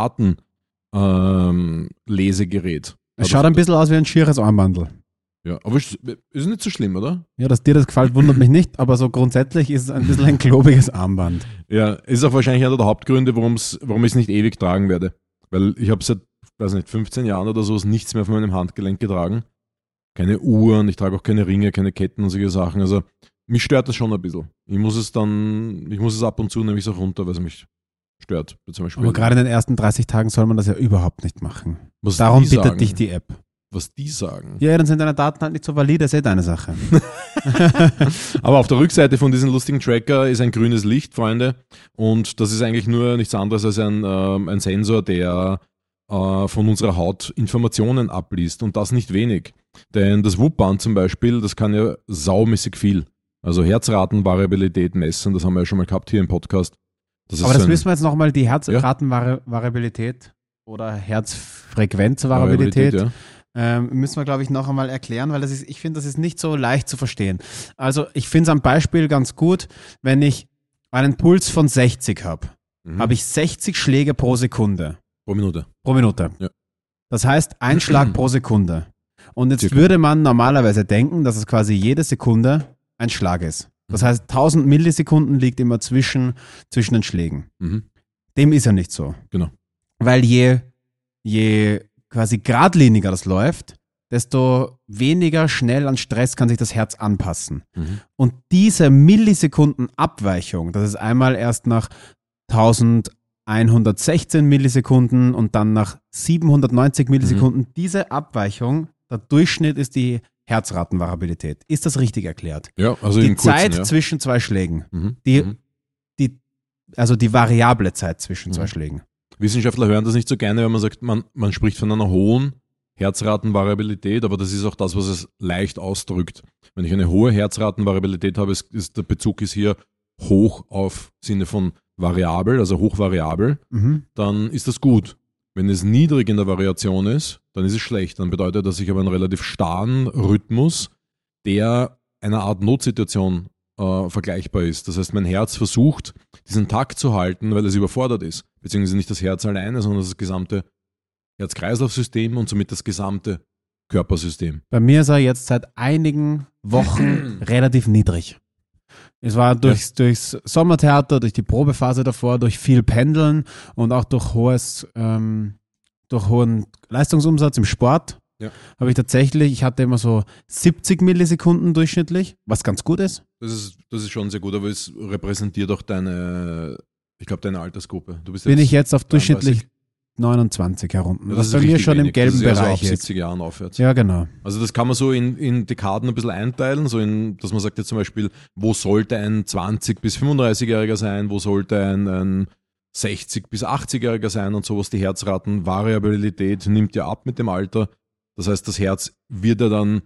Datenlesegerät. Es schaut ein bisschen aus wie ein schieres Armbandel. Ja, aber ist nicht so schlimm, oder? Ja, dass dir das gefällt, wundert mich nicht, aber so grundsätzlich ist es ein bisschen ein klobiges Armband. Ja, ist auch wahrscheinlich einer der Hauptgründe, warum ich es nicht ewig tragen werde. Weil ich habe seit, 15 Jahren oder so nichts mehr auf meinem Handgelenk getragen. Keine Uhren, ich trage auch keine Ringe, keine Ketten und solche Sachen. Also mich stört das schon ein bisschen. Ich muss es ab und zu, nehme ich es auch runter, weil es mich stört. Zum Beispiel. Aber gerade in den ersten 30 Tagen soll man das ja überhaupt nicht machen. Was Darum die bittet sagen. dich die App. Was die sagen. Ja, dann sind deine Daten halt nicht so valide, ist eh deine Sache. Aber auf der Rückseite von diesem lustigen Tracker ist ein grünes Licht, Freunde. Und das ist eigentlich nur nichts anderes als ein Sensor, der von unserer Haut Informationen abliest. Und das nicht wenig. Denn das Whoop-Band zum Beispiel, das kann ja saumäßig viel. Also Herzratenvariabilität messen, das haben wir ja schon mal gehabt hier im Podcast. Aber das müssen wir jetzt nochmal, die Herzratenvariabilität oder Herzfrequenzvariabilität. Ja. Müssen wir, glaube ich, noch einmal erklären, weil ich finde, das ist nicht so leicht zu verstehen. Also ich finde es am Beispiel ganz gut, wenn ich einen Puls von 60 habe, habe ich 60 Schläge pro Sekunde. Pro Minute. Pro Minute. Ja. Das heißt, ein Schlag pro Sekunde. Und jetzt Circa. würde man normalerweise denken, dass es quasi jede Sekunde ein Schlag ist. Das heißt, 1000 Millisekunden liegt immer zwischen den Schlägen. Mhm. Dem ist ja nicht so. Genau. Weil je quasi geradliniger das läuft, desto weniger schnell an Stress kann sich das Herz anpassen. Mhm. Und diese Millisekunden Abweichung, das ist einmal erst nach 1116 Millisekunden und dann nach 790 Millisekunden, diese Abweichung, der Durchschnitt ist die Herzratenvariabilität. Ist das richtig erklärt? Ja, also Die in kurzen, Zeit ja. zwischen zwei Schlägen, Mhm. also die variable Zeit zwischen zwei Schlägen. Wissenschaftler hören das nicht so gerne, wenn man sagt, man spricht von einer hohen Herzratenvariabilität, aber das ist auch das, was es leicht ausdrückt. Wenn ich eine hohe Herzratenvariabilität habe, der Bezug ist hier hoch auf Sinne von variabel, also hochvariabel, dann ist das gut. Wenn es niedrig in der Variation ist, dann ist es schlecht. Dann bedeutet das, ich habe einen relativ starren Rhythmus, der einer Art Notsituation vergleichbar ist. Das heißt, mein Herz versucht, diesen Takt zu halten, weil es überfordert ist. Beziehungsweise nicht das Herz alleine, sondern das gesamte Herz-Kreislauf-System und somit das gesamte Körpersystem. Bei mir ist er jetzt seit einigen Wochen relativ niedrig. Es war durchs Sommertheater, durch die Probephase davor, durch viel Pendeln und auch durch hohen Leistungsumsatz im Sport. Ja. habe ich tatsächlich, ich hatte immer so 70 Millisekunden durchschnittlich, was ganz gut ist. Das ist schon sehr gut, aber es repräsentiert auch deine Altersgruppe. Du bist Bin ich jetzt auf 33. durchschnittlich 29 herunter, Ja, was ist bei mir richtig schon im wenig. gelben das ist eher Bereich so ab ist. 70 Jahren aufwärts. Ja, genau. Also das kann man so in Dekaden ein bisschen einteilen, dass man sagt jetzt zum Beispiel, wo sollte ein 20- bis 35-Jähriger sein, wo sollte ein 60- bis 80-Jähriger sein und sowas. Die Herzratenvariabilität nimmt ja ab mit dem Alter. Das heißt, das Herz wird ja dann,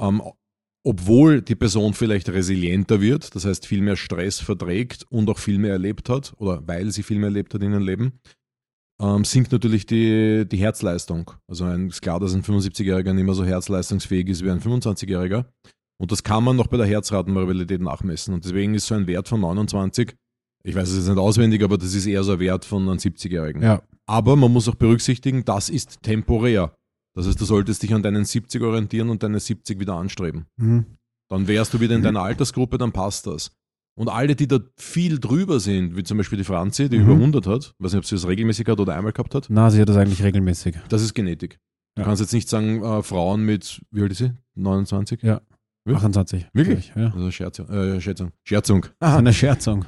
obwohl die Person vielleicht resilienter wird, das heißt viel mehr Stress verträgt und auch viel mehr erlebt hat, oder weil sie viel mehr erlebt hat in ihrem Leben, sinkt natürlich die Herzleistung. Also ist klar, dass ein 75-Jähriger nicht mehr so herzleistungsfähig ist wie ein 25-Jähriger. Und das kann man noch bei der Herzratenvariabilität nachmessen. Und deswegen ist so ein Wert von 29, ich weiß es jetzt nicht auswendig, aber das ist eher so ein Wert von einem 70-Jährigen. Ja. Aber man muss auch berücksichtigen, das ist temporär. Das heißt, du solltest dich an deinen 70 orientieren und deine 70 wieder anstreben. Mhm. Dann wärst du wieder in deiner Altersgruppe, dann passt das. Und alle, die da viel drüber sind, wie zum Beispiel die Franzi, die über 100 hat, weiß nicht, ob sie das regelmäßig hat oder einmal gehabt hat, Na, sie hat das eigentlich regelmäßig. das ist Genetik. Du Ja. kannst jetzt nicht sagen, Frauen mit, wie alt ist sie? 29? Ja. Ja. 28. Wirklich? Ja. Also Scherzung. Eine Scherzung.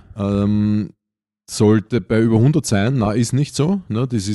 Sollte bei über 100 sein, na, ist nicht so. Ne? Das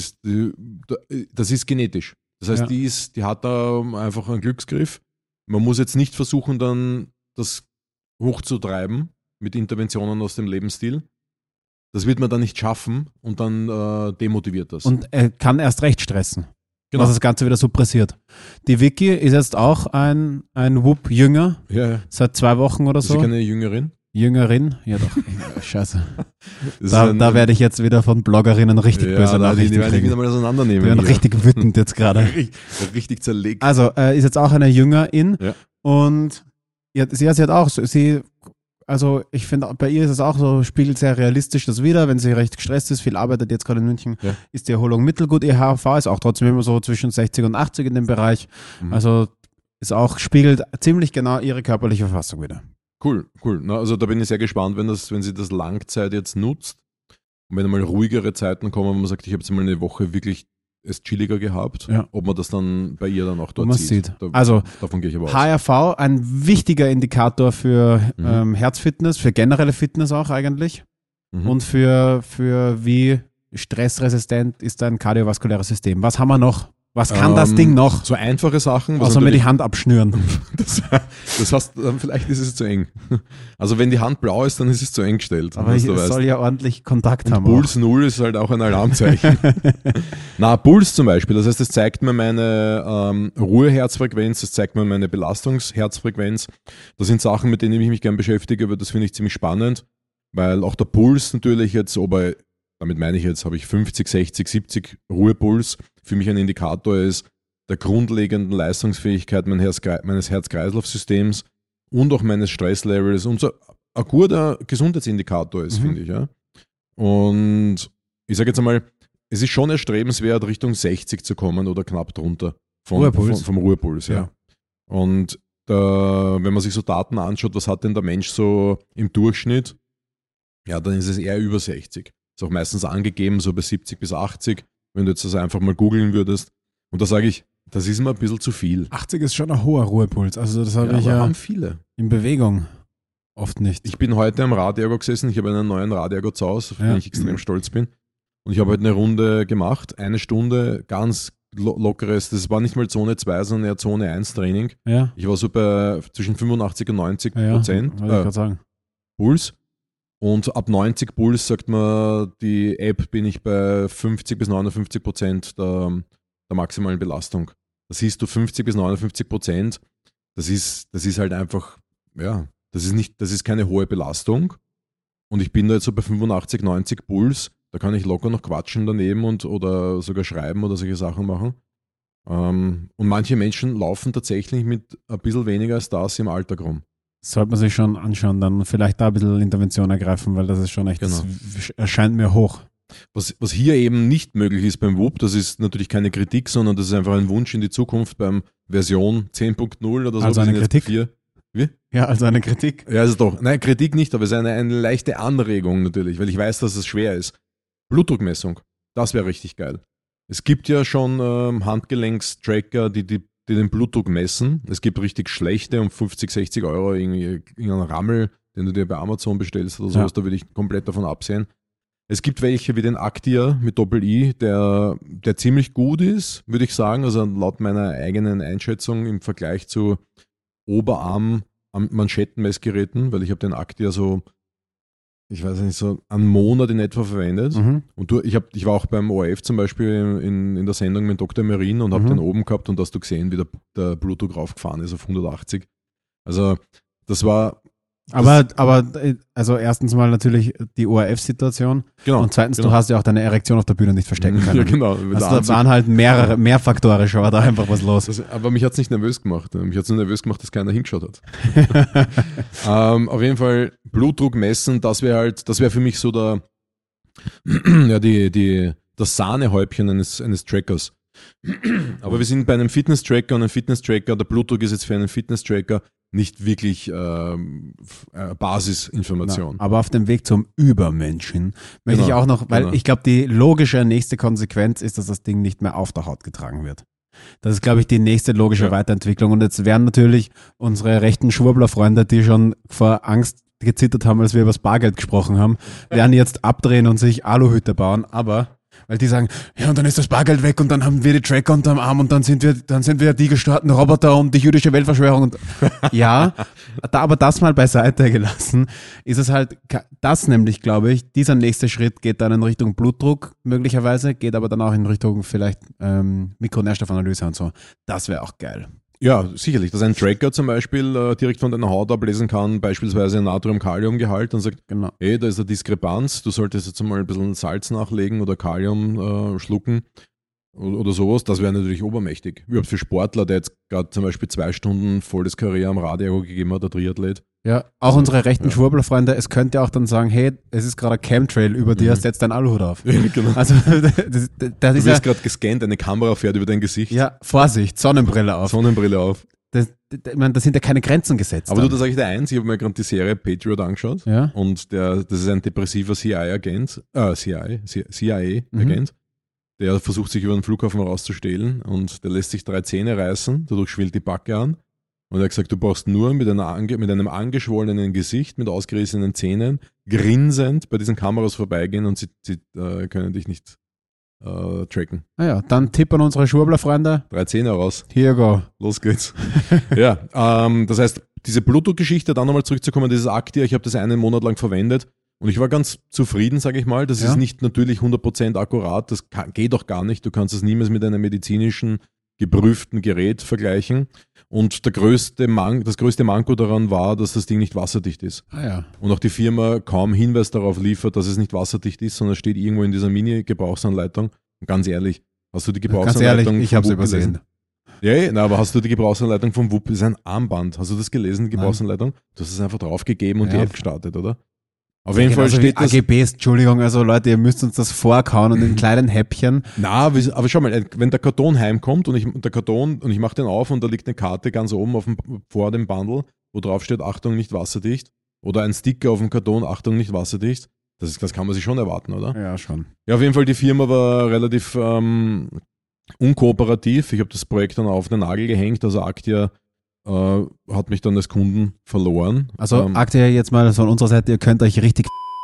ist genetisch. Das heißt, Ja. die hat da einfach einen Glücksgriff. Man muss jetzt nicht versuchen, dann das hochzutreiben mit Interventionen aus dem Lebensstil. Das wird man dann nicht schaffen und dann demotiviert das. Und er kann erst recht stressen, Genau. was das Ganze wieder suppressiert. Die Vicky ist jetzt auch ein Whoop jünger, ja. seit 2 Wochen oder Ist sie so. keine Jüngerin? Jüngerin? Ja doch. Scheiße. Das Da werde ich jetzt wieder von Bloggerinnen richtig böse die Nachrichten werden kriegen. wieder mal auseinandernehmen. Die werden hier. richtig wütend jetzt gerade. Richtig zerlegt. Also, ist jetzt auch eine Jüngerin Ja. und sie hat auch, also ich finde, bei ihr ist es auch so, spiegelt sehr realistisch das wieder, wenn sie recht gestresst ist, viel arbeitet jetzt gerade in München, Ja. ist die Erholung mittelgut, ihr HRV ist auch trotzdem immer so zwischen 60 und 80 in dem Bereich, also ist auch, spiegelt ziemlich genau ihre körperliche Verfassung wieder. Cool. Na, also da bin ich sehr gespannt, wenn sie das Langzeit jetzt nutzt und wenn mal ruhigere Zeiten kommen, wo man sagt, ich habe jetzt mal eine Woche wirklich es chilliger gehabt, Ja. ob man das dann bei ihr dann auch dort man sieht. sieht. Also Davon gehe ich aber aus. HRV, ein wichtiger Indikator für Herzfitness, für generelle Fitness auch eigentlich und für wie stressresistent ist dein kardiovaskuläres System. Was haben wir noch? Was kann das Ding noch? So einfache Sachen. Außer mir die Hand abschnüren. Das heißt, vielleicht ist es zu eng. Also wenn die Hand blau ist, dann ist es zu eng gestellt. Aber was es du weißt. soll ja ordentlich Kontakt Und haben. Puls 0 ist halt auch ein Alarmzeichen. Na, Puls zum Beispiel, das heißt, es zeigt mir meine Ruheherzfrequenz, es zeigt mir meine Belastungsherzfrequenz. Das sind Sachen, mit denen ich mich gern beschäftige, aber das finde ich ziemlich spannend, weil auch der Puls natürlich jetzt, damit meine ich jetzt, habe ich 50, 60, 70 Ruhepuls, für mich ein Indikator ist der grundlegenden Leistungsfähigkeit meines Herz-Kreislauf-Systems und auch meines Stresslevels und so ein guter Gesundheitsindikator ist, finde ich. Ja. Und ich sage jetzt einmal, es ist schon erstrebenswert, Richtung 60 zu kommen oder knapp drunter vom Ruhepuls. Ja. Und wenn man sich so Daten anschaut, was hat denn der Mensch so im Durchschnitt, ja, dann ist es eher über 60. Ist auch meistens angegeben, so bei 70 bis 80, wenn du jetzt das einfach mal googeln würdest. Und da sage ich, das ist mir ein bisschen zu viel. 80 ist schon ein hoher Ruhepuls. Also das habe ich aber ja haben viele. in Bewegung oft nicht. Ich bin heute am Radergo gesessen, ich habe einen neuen Radergo zu Hause, auf den ich extrem stolz bin. Und ich habe heute eine Runde gemacht, 1 Stunde, ganz lockeres, das war nicht mal Zone 2, sondern eher Zone 1 Training. Ja. Ich war so bei zwischen 85 und 90% Wollte ich gerade sagen. Puls. Und ab 90 Puls, sagt man, die App, bin ich bei 50 bis 59% der maximalen Belastung. Da siehst du 50 bis 59%, das ist halt einfach, ja, das ist keine hohe Belastung. Und ich bin da jetzt so bei 85, 90 Puls, da kann ich locker noch quatschen daneben oder sogar schreiben oder solche Sachen machen. Und manche Menschen laufen tatsächlich mit ein bisschen weniger als das im Alltag rum. Sollte man sich schon anschauen, dann vielleicht da ein bisschen Intervention ergreifen, weil das ist schon echt, das erscheint mir hoch. Was hier eben nicht möglich ist beim WUP, das ist natürlich keine Kritik, sondern das ist einfach ein Wunsch in die Zukunft beim Version 10.0 oder so. Also eine Kritik? Wie? Ja, also eine Kritik. Ja, also doch. Nein, Kritik nicht, aber es ist eine leichte Anregung natürlich, weil ich weiß, dass es schwer ist. Blutdruckmessung, das wäre richtig geil. Es gibt ja schon Handgelenkstracker, die die den Blutdruck messen. Es gibt richtig schlechte um 50, 60 Euro irgendwie irgendeinen Rammel, den du dir bei Amazon bestellst oder sowas, da würde ich komplett davon absehen. Es gibt welche wie den Actia mit Doppel-I, der ziemlich gut ist, würde ich sagen, also laut meiner eigenen Einschätzung im Vergleich zu Oberarm-Manschettenmessgeräten, weil ich habe den Actia so, ich weiß nicht, so einen Monat in etwa verwendet. Und ich war auch beim ORF zum Beispiel in der Sendung mit Dr. Merin und habe den oben gehabt und hast du gesehen, wie der Blutdruck raufgefahren ist auf 180. Also das war... Aber also erstens mal natürlich die ORF-Situation und zweitens, du hast ja auch deine Erektion auf der Bühne nicht verstecken können. Ja, genau. Also da waren halt mehrfaktorisch, war da einfach was los. Aber mich hat es nicht nervös gemacht. Mich hat es nur nervös gemacht, dass keiner hingeschaut hat. Auf jeden Fall Blutdruck messen, das wäre für mich so das Sahnehäubchen eines Trackers. Aber wir sind bei einem Fitness-Tracker und ein Fitness-Tracker, der Blutdruck ist jetzt für einen Fitness-Tracker nicht wirklich Basisinformation. Na, aber auf dem Weg zum Übermenschen möchte ich auch noch, weil ich glaube, die logische nächste Konsequenz ist, dass das Ding nicht mehr auf der Haut getragen wird. Das ist, glaube ich, die nächste logische Weiterentwicklung. Und jetzt werden natürlich unsere rechten Schwurbler-Freunde, die schon vor Angst gezittert haben, als wir über das Bargeld gesprochen haben, werden jetzt abdrehen und sich Aluhüte bauen, aber... Weil die sagen, ja, und dann ist das Bargeld weg und dann haben wir die Tracker unterm Arm und dann sind wir die gestarrten Roboter und die jüdische Weltverschwörung. Und ja, aber das mal beiseite gelassen, ist es halt, das nämlich, glaube ich, dieser nächste Schritt geht dann in Richtung Blutdruck möglicherweise, geht aber dann auch in Richtung vielleicht Mikronährstoffanalyse und so. Das wäre auch geil. Ja, sicherlich, dass ein Tracker zum Beispiel direkt von deiner Haut ablesen kann, beispielsweise Natrium-Kalium-Gehalt und sagt, hey, da ist eine Diskrepanz, du solltest jetzt mal ein bisschen Salz nachlegen oder Kalium schlucken oder sowas. Das wäre natürlich obermächtig. Überhaupt für Sportler, der jetzt gerade zum Beispiel 2 Stunden volles Karriere am Radio gegeben hat, der Triathlet. Ja, auch unsere rechten Schwurbler-Freunde, es könnte auch dann sagen, hey, es ist gerade ein Chemtrail über dir, setz dein Aluhut auf. Ja, genau. Also, das du wirst gerade gescannt, eine Kamera fährt über dein Gesicht. Ja, Vorsicht, Sonnenbrille auf. Ich meine, da sind ja keine Grenzen gesetzt. Aber du, da sage ich dir eins, ich habe mir gerade die Serie Patriot angeschaut und das ist ein depressiver CIA-Agent, CIA-Agent, der versucht sich über den Flughafen rauszustehlen und der lässt sich 3 Zähne reißen, dadurch schwillt die Backe an. Und er hat gesagt, du brauchst nur mit einem angeschwollenen Gesicht, mit ausgerissenen Zähnen, grinsend bei diesen Kameras vorbeigehen und sie können dich nicht tracken. Naja, dann Tipp an unsere Schwurbler-Freunde. 3 Zähne raus. Here you go. Los geht's. Ja, das heißt, diese Blutdruckgeschichte, dann nochmal zurückzukommen, dieses Actia, ich habe das einen Monat lang verwendet und ich war ganz zufrieden, sage ich mal. Das ist nicht natürlich 100% akkurat, das geht auch gar nicht. Du kannst es niemals mit einem medizinischen geprüften Gerät vergleichen. Und das größte Manko daran war, dass das Ding nicht wasserdicht ist. Und auch die Firma kaum Hinweis darauf liefert, dass es nicht wasserdicht ist, sondern steht irgendwo in dieser Mini-Gebrauchsanleitung. Und ganz ehrlich, hast du die Gebrauchsanleitung? Ganz ehrlich, ich habe es übersehen. Ja, aber hast du die Gebrauchsanleitung vom WUP? Das ist ein Armband. Hast du das gelesen, die Gebrauchsanleitung? Du hast es einfach draufgegeben und die App gestartet, oder? Auf jeden Fall steht das. AGBs, Entschuldigung, also Leute, ihr müsst uns das vorkauen und in kleinen Häppchen. Na, aber schau mal, wenn der Karton heimkommt und ich mache den auf und da liegt eine Karte ganz oben vor dem Bundle, wo drauf steht, Achtung, nicht wasserdicht, oder ein Sticker auf dem Karton, Achtung, nicht wasserdicht, das kann man sich schon erwarten, oder? Ja, schon. Ja, auf jeden Fall, die Firma war relativ unkooperativ. Ich habe das Projekt dann auf den Nagel gehängt, also Actia hat mich dann als Kunden verloren. Also Actia jetzt mal von unserer Seite, ihr könnt euch richtig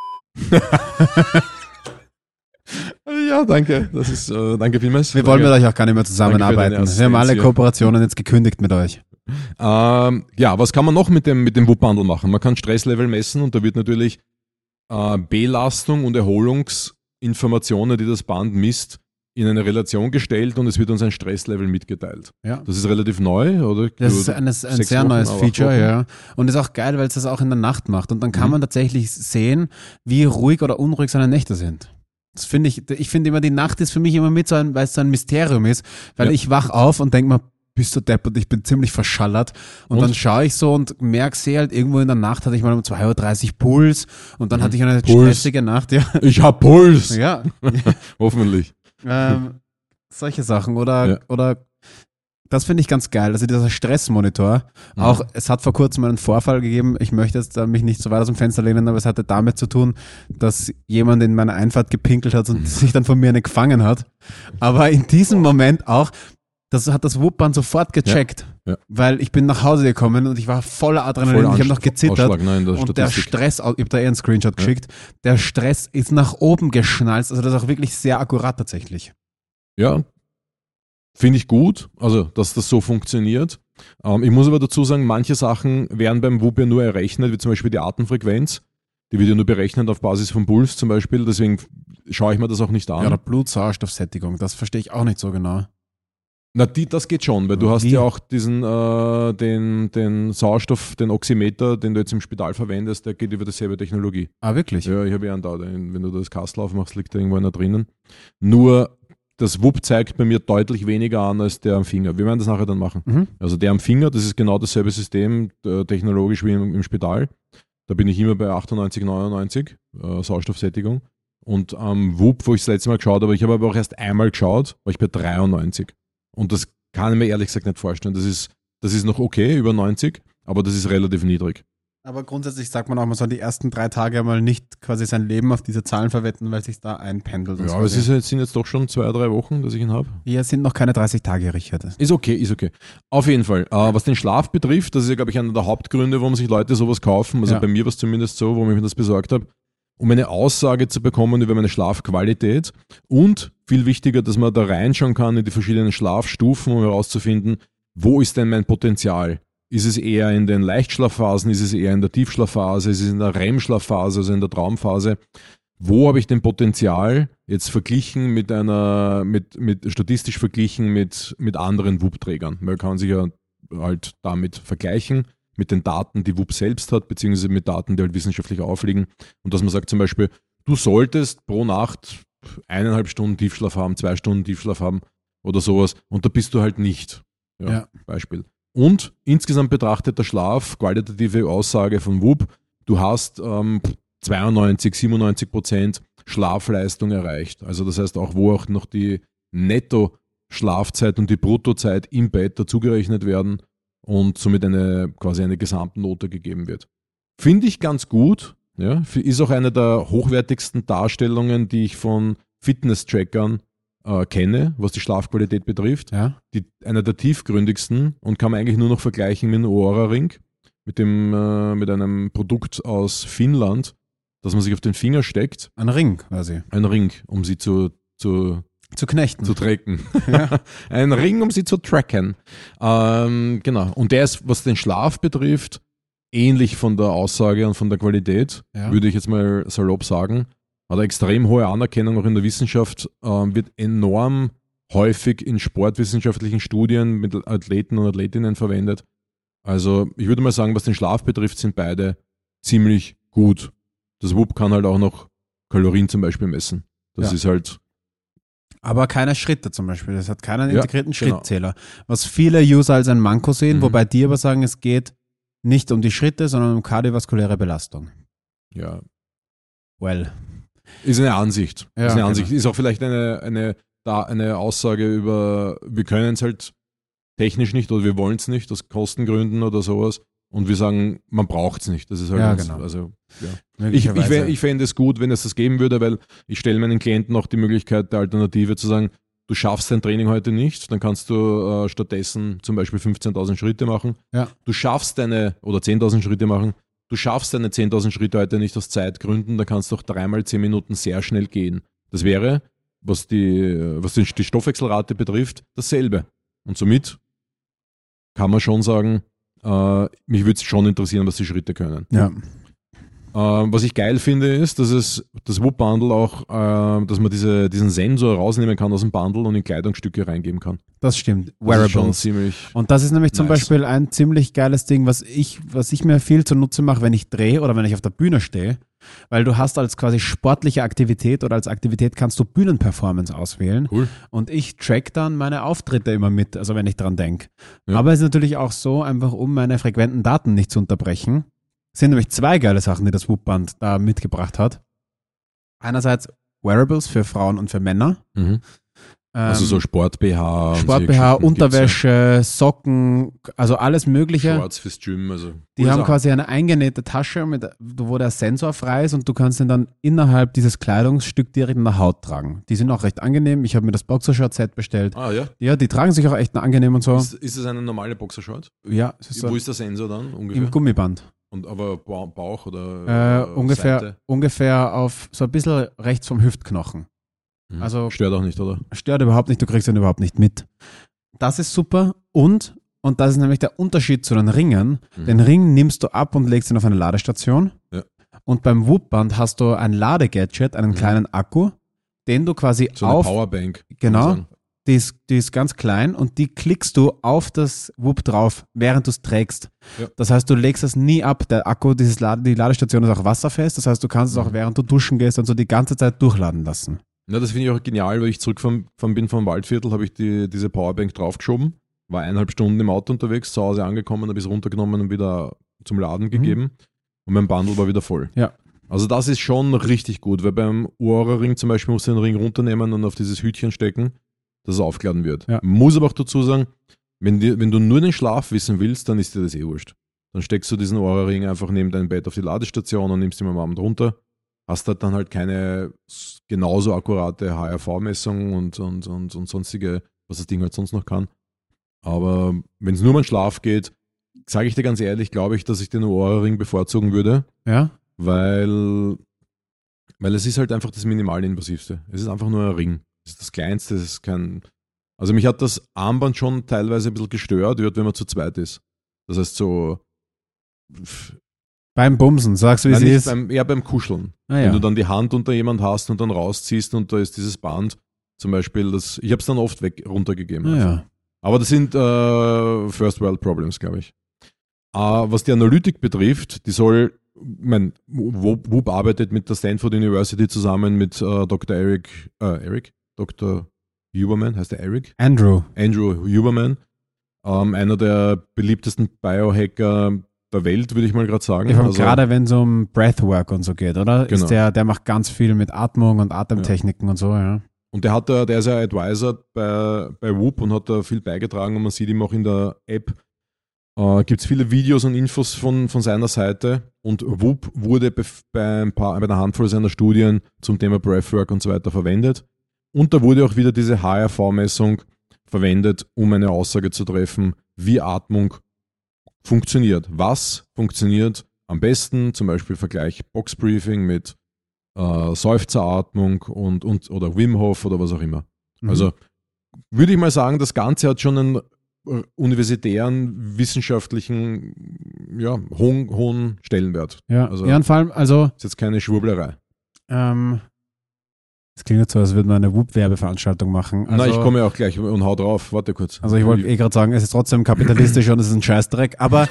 Ja, danke. Das ist, danke vielmals. Wir wollen mit euch auch gar nicht mehr zusammenarbeiten. Wir haben alle Kooperationen jetzt gekündigt mit euch. Ja, was kann man noch mit dem WUP-Bundle machen? Man kann Stresslevel messen und da wird natürlich Belastung und Erholungsinformationen, die das Band misst, in eine Relation gestellt und es wird uns ein Stresslevel mitgeteilt. Ja. Das ist relativ neu, oder? Das ist ein sehr neues Feature, ja. Und ist auch geil, weil es das auch in der Nacht macht. Und dann kann man tatsächlich sehen, wie ruhig oder unruhig seine Nächte sind. Das finde ich finde immer, die Nacht ist für mich immer mit weil es so ein Mysterium ist, weil ich wach auf und denke mir, bist du deppert, ich bin ziemlich verschallert. Und dann schaue ich so und sehe halt irgendwo in der Nacht hatte ich mal um 2.30 Uhr Puls und dann hatte ich eine stressige Nacht. Ja. Ich hab Puls! Ja. Hoffentlich. Solche Sachen oder das finde ich ganz geil, also dieser Stressmonitor, auch es hat vor kurzem einen Vorfall gegeben, ich möchte jetzt mich nicht so weit aus dem Fenster lehnen, aber es hatte damit zu tun, dass jemand in meiner Einfahrt gepinkelt hat und sich dann von mir nicht gefangen hat, aber in diesem Moment auch, Das hat das Whoop-Band sofort gecheckt, weil ich bin nach Hause gekommen und ich war voller Adrenalin, ich habe noch gezittert und der Stress, ich habe da einen Screenshot geschickt, der Stress ist nach oben geschnalzt, also das ist auch wirklich sehr akkurat tatsächlich. Ja, finde ich gut, also dass das so funktioniert. Ich muss aber dazu sagen, manche Sachen werden beim Whoop ja nur errechnet, wie zum Beispiel die Atemfrequenz. Die wird ja nur berechnet auf Basis vom Puls zum Beispiel, deswegen schaue ich mir das auch nicht an. Ja, oder Blutsauerstoffsättigung, das verstehe ich auch nicht so genau. Na, das geht schon, weil du hast ja auch diesen den Sauerstoff, den Oximeter, den du jetzt im Spital verwendest, der geht über dieselbe Technologie. Ah, wirklich? Ja, ich habe ja einen da, wenn du das Kastel aufmachst, liegt da irgendwo einer drinnen. Nur das Whoop zeigt bei mir deutlich weniger an als der am Finger. Wir werden das nachher dann machen. Mhm. Also der am Finger, das ist genau dasselbe System, technologisch wie im Spital. Da bin ich immer bei 98, 99 Sauerstoffsättigung. Und am Whoop, wo ich das letzte Mal geschaut habe, ich habe aber auch erst einmal geschaut, war ich bei 93. Und das kann ich mir ehrlich gesagt nicht vorstellen. Das ist noch okay, über 90, aber das ist relativ niedrig. Aber grundsätzlich sagt man auch, man soll die ersten 3 Tage mal nicht quasi sein Leben auf diese Zahlen verwetten, weil sich da einpendelt. Ja, aber sind jetzt doch schon 2, 3 Wochen, dass ich ihn habe. Ja, es sind noch keine 30 Tage, Richard. Ist okay. Auf jeden Fall. Was den Schlaf betrifft, das ist ja, glaube ich, einer der Hauptgründe, warum sich Leute sowas kaufen. Also bei mir war es zumindest so, warum ich mir das besorgt habe. Um eine Aussage zu bekommen über meine Schlafqualität und viel wichtiger, dass man da reinschauen kann in die verschiedenen Schlafstufen, um herauszufinden, wo ist denn mein Potenzial? Ist es eher in den Leichtschlafphasen, ist es eher in der Tiefschlafphase, ist es in der REM-Schlafphase, also in der Traumphase? Wo habe ich denn Potenzial jetzt verglichen mit statistisch verglichen mit anderen WUP-Trägern? Man kann sich ja halt damit vergleichen, mit den Daten, die WUP selbst hat, beziehungsweise mit Daten, die halt wissenschaftlich aufliegen. Und dass man sagt zum Beispiel, du solltest pro Nacht 1,5 Stunden Tiefschlaf haben, 2 Stunden Tiefschlaf haben oder sowas. Und da bist du halt nicht. Ja. Beispiel. Und insgesamt betrachtet der Schlaf, qualitative Aussage von WUP, du hast 92, 97% Schlafleistung erreicht. Also das heißt auch, wo auch noch die Netto-Schlafzeit und die Bruttozeit im Bett dazugerechnet werden und somit quasi eine Gesamtnote gegeben wird. Finde ich ganz gut. Ja, ist auch eine der hochwertigsten Darstellungen, die ich von Fitness-Trackern kenne, was die Schlafqualität betrifft. Ja. Einer der tiefgründigsten und kann man eigentlich nur noch vergleichen mit dem Oura-Ring, mit einem Produkt aus Finnland, das man sich auf den Finger steckt. Ein Ring quasi. Ein Ring, um sie zu knechten. Zu tracken. Ja. Ein Ring, um sie zu tracken. Genau. Und der ist, was den Schlaf betrifft, ähnlich von der Aussage und von der Qualität, würde ich jetzt mal salopp sagen. Hat eine extrem hohe Anerkennung auch in der Wissenschaft, wird enorm häufig in sportwissenschaftlichen Studien mit Athleten und Athletinnen verwendet. Also ich würde mal sagen, was den Schlaf betrifft, sind beide ziemlich gut. Das WUP kann halt auch noch Kalorien zum Beispiel messen. Das ist halt... Aber keine Schritte zum Beispiel. Das hat keinen integrierten Schrittzähler. Was viele User als ein Manko sehen, wobei die aber sagen, es geht nicht um die Schritte, sondern um kardiovaskuläre Belastung. Ja. Well. Ist eine Ansicht. Ja, ist eine Ansicht. Ist auch vielleicht eine Aussage über, wir können es halt technisch nicht oder wir wollen es nicht, aus Kostengründen oder sowas. Und wir sagen, man braucht es nicht. Das ist halt genau. Also, ja. Ich fände es gut, wenn es das geben würde, weil ich stelle meinen Klienten auch die Möglichkeit der Alternative zu sagen, du schaffst dein Training heute nicht, dann kannst du stattdessen zum Beispiel 15.000 Schritte machen. Ja. Du schaffst oder 10.000 Schritte machen. Du schaffst deine 10.000 Schritte heute nicht aus Zeitgründen, dann kannst du auch 3x 10 Minuten sehr schnell gehen. Das wäre, was die Stoffwechselrate betrifft, dasselbe. Und somit kann man schon sagen, mich würde es schon interessieren, was die Schritte können. Ja. Was ich geil finde, ist, dass das WUP-Bundle auch, dass man diesen Sensor rausnehmen kann aus dem Bundle und in Kleidungsstücke reingeben kann. Das stimmt. Wearables. Und das ist nämlich zum Beispiel ein ziemlich geiles Ding, was ich mir viel zunutze mache, wenn ich drehe oder wenn ich auf der Bühne stehe. Weil du hast als quasi sportliche Aktivität oder als Aktivität kannst du Bühnenperformance auswählen. Cool. Und ich track dann meine Auftritte immer mit, also wenn ich dran denke. Ja. Aber es ist natürlich auch so, einfach um meine frequenten Daten nicht zu unterbrechen, sind nämlich 2 geile Sachen, die das WUP-Band da mitgebracht hat. Einerseits Wearables für Frauen und für Männer. Also so Sport-BH. Sport-BH, Unterwäsche, Socken, also alles Mögliche. Shorts fürs Gym. Also die haben quasi eine eingenähte Tasche, wo der Sensor frei ist und du kannst ihn dann innerhalb dieses Kleidungsstück direkt in der Haut tragen. Die sind auch recht angenehm. Ich habe mir das Boxershort-Set bestellt. Ah ja? Ja, die tragen sich auch echt angenehm und so. Ist es eine normale Boxershort? Ja. Wo ist der Sensor dann ungefähr? Im Gummiband. Aber Bauch oder ungefähr auf so ein bisschen rechts vom Hüftknochen. Also stört auch nicht, oder? Stört überhaupt nicht, du kriegst ihn überhaupt nicht mit. Das ist super und das ist nämlich der Unterschied zu den Ringen. Den Ring nimmst du ab und legst ihn auf eine Ladestation. Ja. Und beim Whoop-Band hast du ein Ladegadget, einen kleinen Akku, den du quasi so eine Powerbank. Genau, die ist ganz klein und die klickst du auf das Whoop drauf, während du es trägst. Ja. Das heißt, du legst es nie ab. Der Akku, die Ladestation ist auch wasserfest. Das heißt, du kannst es auch während du duschen gehst und so die ganze Zeit durchladen lassen. Ja, das finde ich auch genial, weil ich zurückgefahren bin vom Waldviertel, habe ich diese Powerbank draufgeschoben, war 1,5 Stunden im Auto unterwegs, zu Hause angekommen, habe es runtergenommen und wieder zum Laden gegeben und mein Bundle war wieder voll. Ja. Also das ist schon richtig gut, weil beim Oura-Ring zum Beispiel musst du den Ring runternehmen und auf dieses Hütchen stecken, dass es aufgeladen wird. Ja. Muss aber auch dazu sagen, wenn du nur den Schlaf wissen willst, dann ist dir das wurscht. Dann steckst du diesen Oura-Ring einfach neben deinem Bett auf die Ladestation und nimmst ihn am Abend runter. Hast halt dann halt keine genauso akkurate HRV-Messung und sonstige, was das Ding halt sonst noch kann. Aber wenn es nur um den Schlaf geht, sage ich dir ganz ehrlich, glaube ich, dass ich den Oura-Ring bevorzugen würde. Ja. Weil es ist halt einfach das Minimalinvasivste. Es ist einfach nur ein Ring. Es ist das Kleinste, es ist kein. Also mich hat das Armband schon teilweise ein bisschen gestört, wenn man zu zweit ist. Das heißt so. Beim Bumsen, sagst du, wie es ist? Beim Kuscheln. Wenn du dann die Hand unter jemand hast und dann rausziehst und da ist dieses Band, zum Beispiel, ich habe es dann oft runtergegeben. Ja. Aber das sind First World Problems, glaube ich. Was die Analytik betrifft, Whoop arbeitet mit der Stanford University zusammen mit Dr. Dr. Huberman, heißt der Eric? Andrew Huberman, einer der beliebtesten Biohacker der Welt, würde ich mal gerade sagen. Ja, gerade wenn es um Breathwork und so geht, oder? Genau. Der macht ganz viel mit Atmung und Atemtechniken und so, ja. Und der ist ja Advisor bei Whoop und hat da viel beigetragen und man sieht ihm auch in der App, gibt es viele Videos und Infos von seiner Seite und Whoop wurde bei einer Handvoll seiner Studien zum Thema Breathwork und so weiter verwendet. Und da wurde auch wieder diese HRV-Messung verwendet, um eine Aussage zu treffen, wie Atmung funktioniert. Was funktioniert am besten? Zum Beispiel Vergleich Boxbriefing mit Seufzeratmung oder Wim Hof oder was auch immer. Also würde ich mal sagen, das Ganze hat schon einen universitären, wissenschaftlichen, hohen Stellenwert. Ja, also, und vor allem, also ist jetzt keine Schwurblerei. Es klingt jetzt so, als würde man eine Whoop-Werbeveranstaltung machen. Also, ich komme ja auch gleich und hau drauf. Warte kurz. Also ich wollte gerade sagen, es ist trotzdem kapitalistisch und es ist ein Scheißdreck, aber...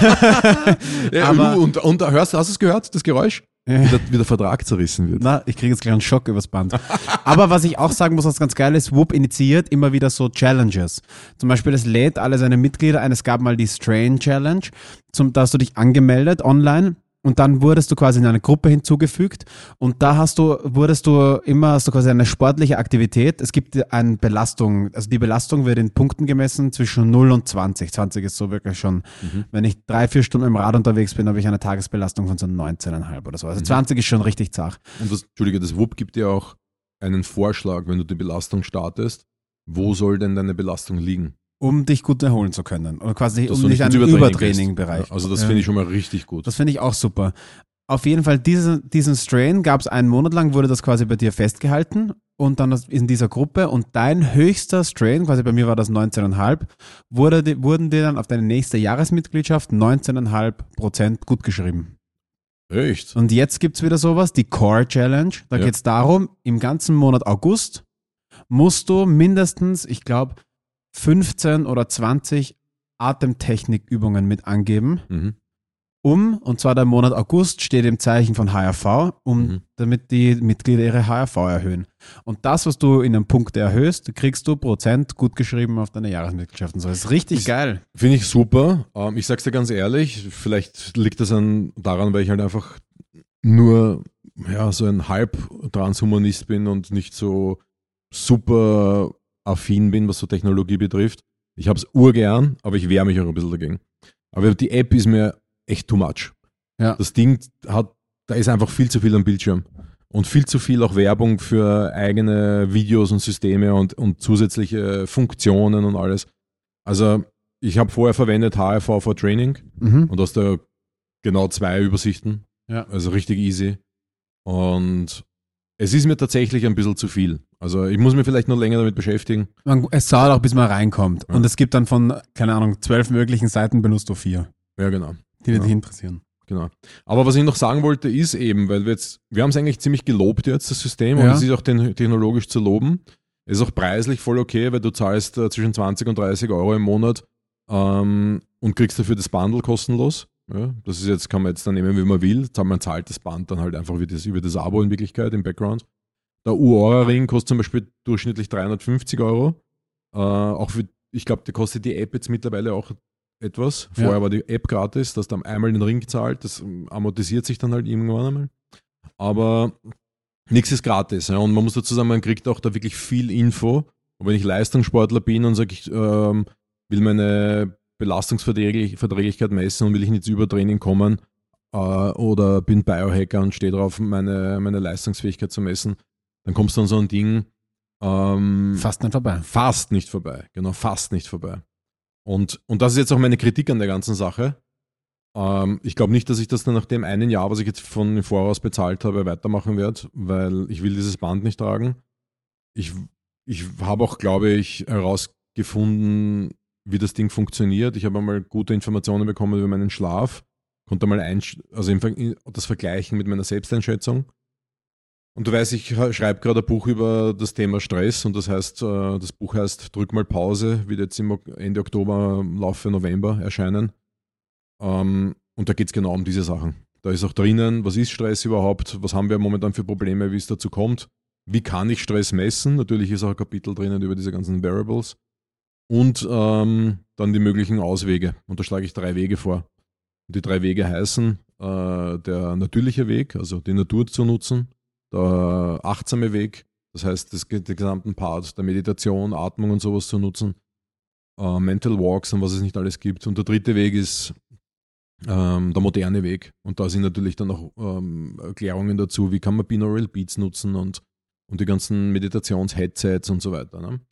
und hast du es gehört, das Geräusch? Wie der Vertrag zerrissen wird. Na, ich kriege jetzt gleich einen Schock übers Band. Aber was ich auch sagen muss, was ganz geil ist, Whoop initiiert immer wieder so Challenges. Zum Beispiel, es lädt alle seine Mitglieder ein. Es gab mal die Strain Challenge, da hast du dich angemeldet online. Und dann wurdest du quasi in eine Gruppe hinzugefügt und da hast du quasi eine sportliche Aktivität. Es gibt eine Belastung, also die Belastung wird in Punkten gemessen zwischen 0 und 20. 20 ist so wirklich schon, wenn ich 3-4 Stunden im Rad unterwegs bin, habe ich eine Tagesbelastung von so 19,5 oder so. Also 20 ist schon richtig zart. Und das Whoop gibt dir auch einen Vorschlag, wenn du die Belastung startest. Wo soll denn deine Belastung liegen? Um dich gut erholen zu können. Oder quasi um nicht einen Übertraining-Bereich. Ja, also das finde ich schon mal richtig gut. Das finde ich auch super. Auf jeden Fall, diesen Strain gab es einen Monat lang, wurde das quasi bei dir festgehalten und dann in dieser Gruppe und dein höchster Strain, quasi bei mir war das 19,5, wurden dir dann auf deine nächste Jahresmitgliedschaft 19,5% gut geschrieben. Echt? Und jetzt gibt es wieder sowas, die Core Challenge. Da geht es darum, im ganzen Monat August musst du mindestens, ich glaube, 15 oder 20 Atemtechnikübungen mit angeben, und zwar der Monat August steht im Zeichen von HRV, damit die Mitglieder ihre HRV erhöhen. Und das, was du in einem Punkt erhöhst, kriegst du Prozent gut geschrieben auf deine Jahresmitgliedschaft. So, das ist richtig geil. Finde ich super. Ich sag's dir ganz ehrlich, vielleicht liegt das daran, weil ich halt einfach nur so ein Halb-Transhumanist bin und nicht so super affin bin, was so Technologie betrifft. Ich habe es urgern, aber ich wehre mich auch ein bisschen dagegen. Aber die App ist mir echt too much. Ja. Das Ding da ist einfach viel zu viel am Bildschirm. Und viel zu viel auch Werbung für eigene Videos und Systeme und zusätzliche Funktionen und alles. Also ich habe vorher verwendet HRV for Training und hast da genau 2 Übersichten. Ja. Also richtig easy. Und es ist mir tatsächlich ein bisschen zu viel. Also ich muss mich vielleicht noch länger damit beschäftigen. Es dauert auch, bis man reinkommt. Ja. Und es gibt dann von, keine Ahnung, 12 möglichen Seiten benutzt du 4. Ja, genau. Die dich interessieren. Genau. Aber was ich noch sagen wollte, ist eben, weil wir haben es eigentlich ziemlich gelobt jetzt, das System, und es ist auch technologisch zu loben. Es ist auch preislich voll okay, weil du zahlst zwischen 20 und 30 Euro im Monat und kriegst dafür das Bundle kostenlos. Ja, das ist jetzt, kann man jetzt dann nehmen, wie man will. Man zahlt das Band dann halt einfach über das Abo in Wirklichkeit, im Background. Der Uora-Ring kostet zum Beispiel durchschnittlich 350 Euro. Ich glaube, der kostet die App jetzt mittlerweile auch etwas. Vorher war die App gratis, dass du einmal den Ring zahlt, das amortisiert sich dann halt irgendwann einmal. Aber nichts ist gratis. Ja? Und man muss dazu sagen, man kriegt auch da wirklich viel Info. Und wenn ich Leistungssportler bin und sage, ich will meine Belastungsverträglichkeit messen und will ich nicht ins Übertraining kommen oder bin Biohacker und stehe drauf, meine Leistungsfähigkeit zu messen, dann kommst du an so ein Ding fast nicht vorbei. Fast nicht vorbei, genau, fast nicht vorbei. Und das ist jetzt auch meine Kritik an der ganzen Sache. Ich glaube nicht, dass ich das dann nach dem einen Jahr, was ich jetzt von voraus bezahlt habe, weitermachen werde, weil ich will dieses Band nicht tragen. Ich habe auch, glaube ich, herausgefunden, wie das Ding funktioniert. Ich habe einmal gute Informationen bekommen über meinen Schlaf, konnte mal das vergleichen mit meiner Selbsteinschätzung. Und du weißt, ich schreibe gerade ein Buch über das Thema Stress und das heißt, das Buch heißt Drück mal Pause, wird jetzt Ende Oktober, Laufe November erscheinen. Und da geht es genau um diese Sachen. Da ist auch drinnen, was ist Stress überhaupt, was haben wir momentan für Probleme, wie es dazu kommt, wie kann ich Stress messen, natürlich ist auch ein Kapitel drinnen über diese ganzen Variables und dann die möglichen Auswege. Und da schlage ich 3 Wege vor. Und die 3 Wege heißen, der natürliche Weg, also die Natur zu nutzen, der achtsame Weg, das heißt, den gesamten Part der Meditation, Atmung und sowas zu nutzen, Mental Walks und was es nicht alles gibt. Und der 3. Weg ist der moderne Weg. Und da sind natürlich dann auch Erklärungen dazu, wie kann man Binaural Beats nutzen und die ganzen Meditations-Headsets und so weiter. Ne?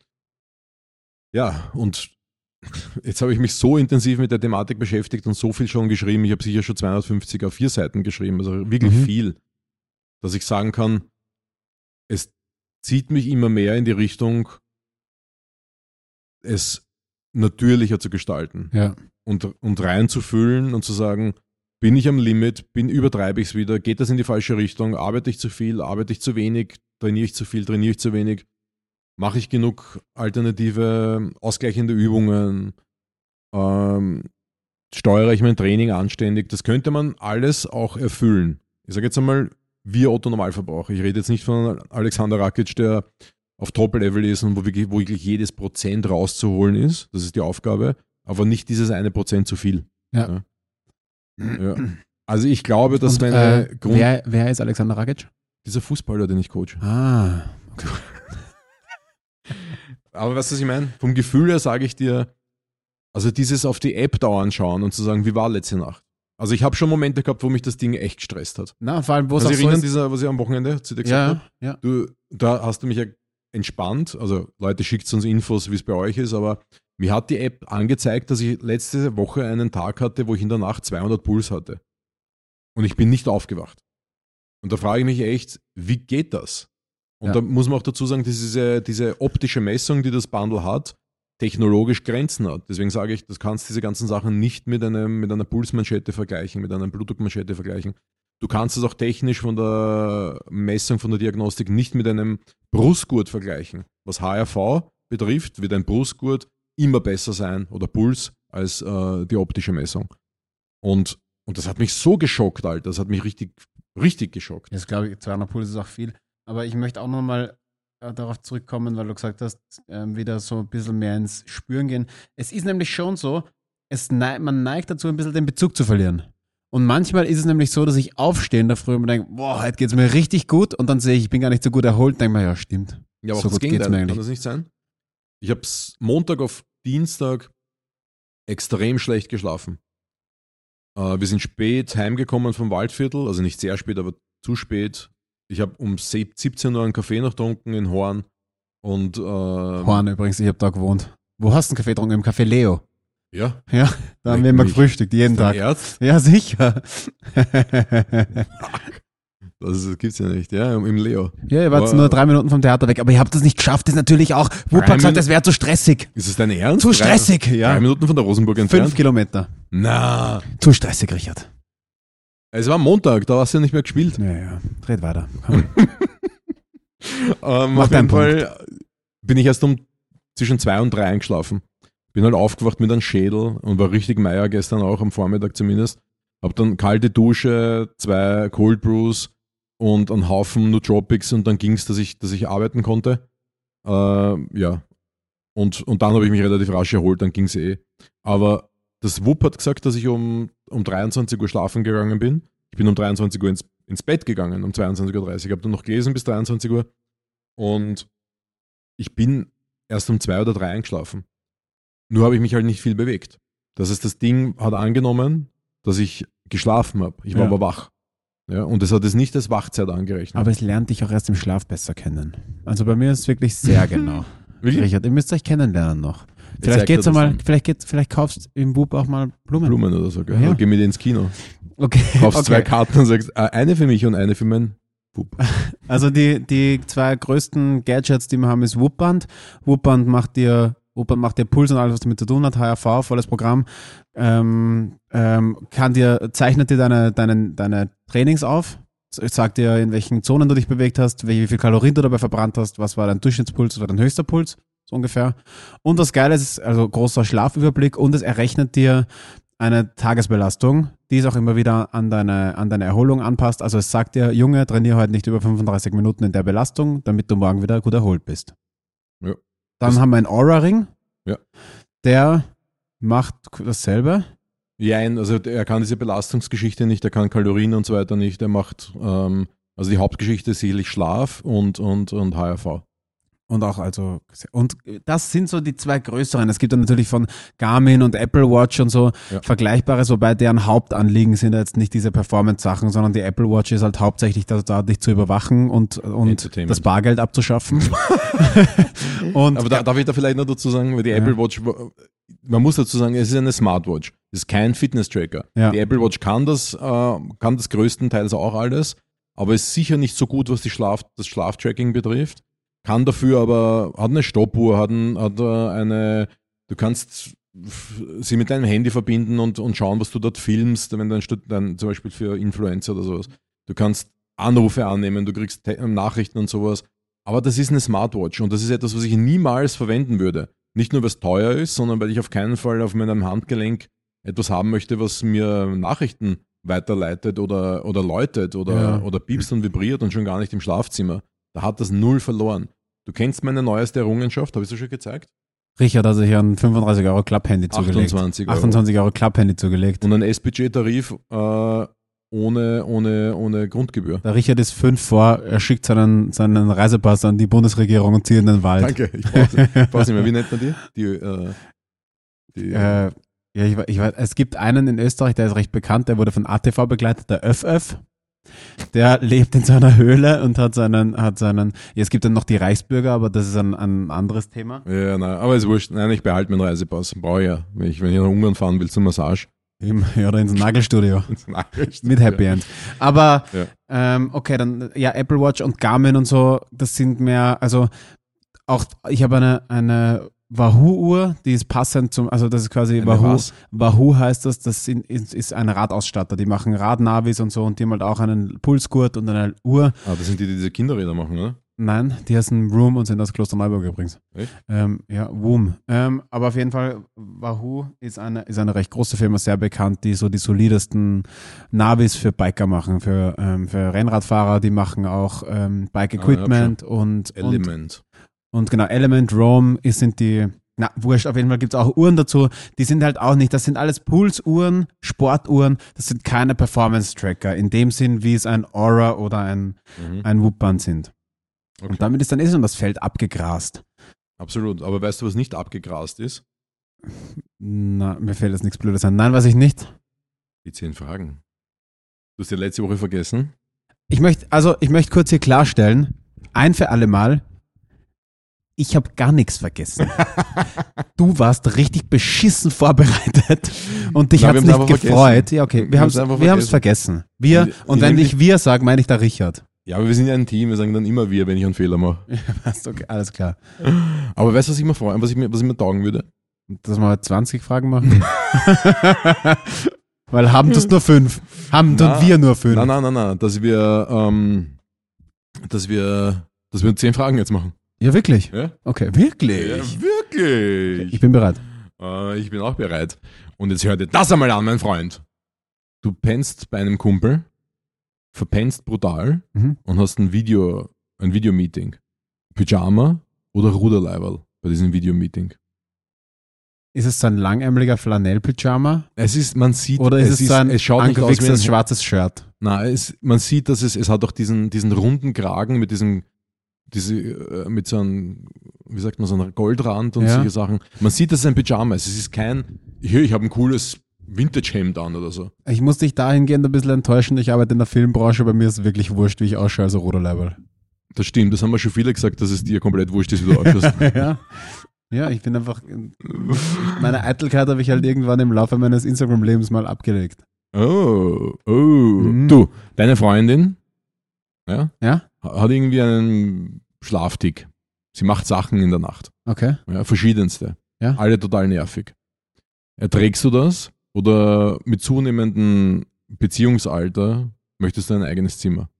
Ja, und jetzt habe ich mich so intensiv mit der Thematik beschäftigt und so viel schon geschrieben. Ich habe sicher schon 250 auf 4 Seiten geschrieben, also wirklich viel, dass ich sagen kann, es zieht mich immer mehr in die Richtung, es natürlicher zu gestalten und reinzufühlen und zu sagen, bin ich am Limit, übertreibe ich es wieder, geht das in die falsche Richtung, arbeite ich zu viel, arbeite ich zu wenig, trainiere ich zu viel, trainiere ich zu wenig, mache ich genug alternative, ausgleichende Übungen, steuere ich mein Training anständig, das könnte man alles auch erfüllen. Ich sage jetzt einmal, wir Otto-Normalverbraucher. Ich rede jetzt nicht von Alexander Rakic, der auf Top-Level ist und wo wirklich jedes Prozent rauszuholen ist. Das ist die Aufgabe. Aber nicht dieses 1% zu viel. Ja. Ja. Also ich glaube, dass wer ist Alexander Rakic? Dieser Fußballer, den ich coache. Okay. Aber weißt du, was ich meine? Vom Gefühl her sage ich dir, also dieses auf die App dauernd schauen und zu sagen, wie war letzte Nacht? Also ich habe schon Momente gehabt, wo mich das Ding echt gestresst hat. Na, vor allem, wo es auch so ist. Was ich am Wochenende zu dir gesagt habe? Ja. Da hast du mich ja entspannt. Also Leute, schickt uns Infos, wie es bei euch ist, aber mir hat die App angezeigt, dass ich letzte Woche einen Tag hatte, wo ich in der Nacht 200 Puls hatte. Und ich bin nicht aufgewacht. Und da frage ich mich echt, wie geht das? Und da muss man auch dazu sagen, dass diese optische Messung, die das Bundle hat, technologisch Grenzen hat. Deswegen sage ich, das kannst diese ganzen Sachen nicht mit einer Pulsmanschette vergleichen, mit einer Blutdruckmanschette vergleichen. Du kannst es auch technisch von der Messung, von der Diagnostik nicht mit einem Brustgurt vergleichen. Was HRV betrifft, wird ein Brustgurt immer besser sein oder Puls als die optische Messung. Und das hat mich so geschockt, Alter. Das hat mich richtig, richtig geschockt. Jetzt glaube ich, 200 Puls ist auch viel. Aber ich möchte auch nochmal darauf zurückkommen, weil du gesagt hast, wieder so ein bisschen mehr ins Spüren gehen. Es ist nämlich schon so, man neigt dazu, ein bisschen den Bezug zu verlieren. Und manchmal ist es nämlich so, dass ich aufstehe in der Früh und mir denke, boah, heute geht es mir richtig gut und dann sehe ich bin gar nicht so gut erholt und denke mir, ja, stimmt. Ja, aber so auch das gut geht's Gegenteil, mir eigentlich. kann das nicht sein? Ich habe Montag auf Dienstag extrem schlecht geschlafen. Wir sind spät heimgekommen vom Waldviertel, also nicht sehr spät, aber zu spät. Ich habe um 17 Uhr einen Kaffee noch getrunken in Horn. Und, Horn übrigens, ich habe da gewohnt. Wo hast du einen Kaffee getrunken? Im Café Leo. Ja. Ja, da haben wir immer gefrühstückt, jeden Tag. Ernst? Ja, sicher. Das gibt's ja nicht, ja, im Leo. Ja, ihr wart nur 3 Minuten vom Theater weg, aber ihr habt das nicht geschafft, das ist natürlich auch. Wupper gesagt, es wäre zu stressig. Ist es dein Ernst? Zu stressig, ja. 3 Minuten von der Rosenburg entfernt? 5 Kilometer. Na. Zu stressig, Richard. Es war Montag, da hast du ja nicht mehr gespielt. Ja. Dreht weiter. Auf jeden Fall bin ich erst zwischen 2 und 3 eingeschlafen. Bin halt aufgewacht mit einem Schädel und war richtig Meier gestern auch, am Vormittag zumindest. Hab dann kalte Dusche, 2 Cold Brews und einen Haufen Nootropics und dann ging's, dass ich arbeiten konnte. Ja. Und dann habe ich mich relativ rasch erholt, dann ging's eh. Aber das WUP hat gesagt, dass ich um 23 Uhr schlafen gegangen bin. Ich bin um 23 Uhr ins Bett gegangen, um 22.30 Uhr. Ich habe dann noch gelesen bis 23 Uhr. Und ich bin erst um 2 oder 3 eingeschlafen. Nur habe ich mich halt nicht viel bewegt. Das heißt, das Ding hat angenommen, dass ich geschlafen habe. Ich war aber wach. Ja, und es hat es nicht als Wachzeit angerechnet. Aber es lernt dich auch erst im Schlaf besser kennen. Also bei mir ist es wirklich sehr genau. Wirklich? Richard, ihr müsst euch kennenlernen noch. Vielleicht geht's einmal, vielleicht kaufst du im Bub auch mal Blumen. Blumen oder so, gell? Ja. Oder geh mit ins Kino. Okay. Kaufst 2 Karten und sagst, eine für mich und eine für meinen Bub. Also die 2 größten Gadgets, die wir haben, ist Whoop-Band. Whoop-Band macht dir Puls und alles, was damit zu tun hat, HRV, volles Programm. Zeichnet dir deine Trainings auf, sagt dir, in welchen Zonen du dich bewegt hast, wie viel Kalorien du dabei verbrannt hast, was war dein Durchschnittspuls oder dein höchster Puls, so ungefähr. Und das Geile ist, also großer Schlafüberblick und es errechnet dir eine Tagesbelastung, die es auch immer wieder an deine Erholung anpasst. Also es sagt dir, Junge, trainiere heute nicht über 35 Minuten in der Belastung, damit du morgen wieder gut erholt bist. Ja. Dann haben wir einen Aura-Ring. Ja. Der macht dasselbe. Ja, also er kann diese Belastungsgeschichte nicht, er kann Kalorien und so weiter nicht. Er macht, also die Hauptgeschichte ist sicherlich Schlaf und HRV. Und das sind so die 2 größeren. Es gibt dann natürlich von Garmin und Apple Watch und so Vergleichbares, wobei deren Hauptanliegen sind jetzt nicht diese Performance-Sachen, sondern die Apple Watch ist halt hauptsächlich da, dich zu überwachen und das Bargeld abzuschaffen. Aber darf ich da vielleicht noch dazu sagen, weil die Apple Watch, man muss dazu sagen, es ist eine Smartwatch. Es ist kein Fitness-Tracker. Ja. Die Apple Watch kann das größtenteils auch alles, aber ist sicher nicht so gut, was das Schlaftracking betrifft. Kann dafür aber, hat eine Stoppuhr, du kannst sie mit deinem Handy verbinden und schauen, was du dort filmst, wenn du dann zum Beispiel für Influencer oder sowas. Du kannst Anrufe annehmen, du kriegst Nachrichten und sowas. Aber das ist eine Smartwatch und das ist etwas, was ich niemals verwenden würde. Nicht nur, weil es teuer ist, sondern weil ich auf keinen Fall auf meinem Handgelenk etwas haben möchte, was mir Nachrichten weiterleitet oder läutet oder piepst und vibriert und schon gar nicht im Schlafzimmer. Da hat das null verloren. Du kennst meine neueste Errungenschaft, habe ich es dir schon gezeigt? Richard hat sich ein 35 € Club-Handy zugelegt. 28 € Club-Handy zugelegt. Und ein S-Budget-Tarif ohne Grundgebühr. Der Richard ist 5 vor, er schickt seinen Reisepass an die Bundesregierung und zieht in den Wald. Danke, ich brauche nicht mehr. Wie nennt man die? Ich weiß, es gibt einen in Österreich, der ist recht bekannt, der wurde von ATV begleitet, der ÖFÖF. Der lebt in seiner Höhle und hat seinen, es gibt dann noch die Reichsbürger, aber das ist ein anderes Thema. Ja, nein, aber ist wurscht. Nein, ich behalte meinen Reisepass. Brauche ich ja, wenn ich nach Ungarn fahren will zur Massage. Oder ins Nagelstudio. Mit Happy End. Aber, okay, dann, Apple Watch und Garmin und so, das sind mehr, also auch, ich habe eine Wahoo-Uhr, die ist passend also das ist quasi Wahoo heißt das ist ein Radausstatter, die machen Radnavis und so und die haben halt auch einen Pulsgurt und eine Uhr. Ah, das sind die diese Kinderräder machen, oder? Nein, die heißen Room und sind aus Klosterneuburg übrigens. Echt? Woom. Aber auf jeden Fall, Wahoo ist eine recht große Firma, sehr bekannt, die so die solidesten Navis für Biker machen, für Rennradfahrer, die machen auch Bike-Equipment und Element. Und genau, Element, Roam sind die, wurscht, auf jeden Fall gibt es auch Uhren dazu, die sind halt auch nicht, das sind alles Pulsuhren, Sportuhren, das sind keine Performance-Tracker, in dem Sinn, wie es ein Aura oder ein Whoop-Band sind. Okay. Und damit ist dann schon das Feld abgegrast. Absolut. Aber weißt du, was nicht abgegrast ist? Na, mir fällt jetzt nichts Blödes an. Nein, weiß ich nicht. Die 10 Fragen. Du hast ja letzte Woche vergessen. Ich möchte kurz hier klarstellen, ein für alle Mal, ich habe gar nichts vergessen. Du warst richtig beschissen vorbereitet und dich hat es nicht gefreut. Ja, okay, wir haben es vergessen. Und wenn ich wir sage, meine ich da Richard. Ja, aber wir sind ja ein Team, wir sagen dann immer wir, wenn ich einen Fehler mache. Okay, alles klar. Aber weißt du, was ich mir freue, was ich mir taugen würde? Dass wir 20 Fragen machen? Weil haben das nur 5. Tun wir nur 5. Nein. Dass wir 10 Fragen jetzt machen. Ja, wirklich? Ja? Okay, wirklich? Ja, wirklich. Ich bin bereit. Ich bin auch bereit. Und jetzt hör dir das einmal an, mein Freund. Du pennst bei einem Kumpel, verpennst brutal und hast ein Videomeeting. Pyjama oder Ruderleiberl bei diesem Videomeeting? Ist es so ein langärmeliger Flanell-Pyjama? Man sieht, oder ist es so ein angewichstes ein schwarzes Shirt? Nein, man sieht, dass es hat auch diesen runden Kragen mit mit so einem, wie sagt man, so einer Goldrand und solche Sachen. Man sieht, dass es ein Pyjama ist. Es ist kein, ich habe ein cooles Vintage-Hemd an oder so. Ich muss dich dahingehend ein bisschen enttäuschen. Ich arbeite in der Filmbranche, bei mir ist es wirklich wurscht, wie ich ausschaue, also Ruderleiberl. Das stimmt, das haben wir schon viele gesagt, dass es dir komplett wurscht ist, wie du ausschaust. Ja, ich bin einfach, meine Eitelkeit habe ich halt irgendwann im Laufe meines Instagram-Lebens mal abgelegt. Oh. Du, deine Freundin, hat irgendwie einen Schlaftick. Sie macht Sachen in der Nacht. Okay. Ja, verschiedenste. Ja. Alle total nervig. Erträgst du das? Oder mit zunehmendem Beziehungsalter möchtest du ein eigenes Zimmer?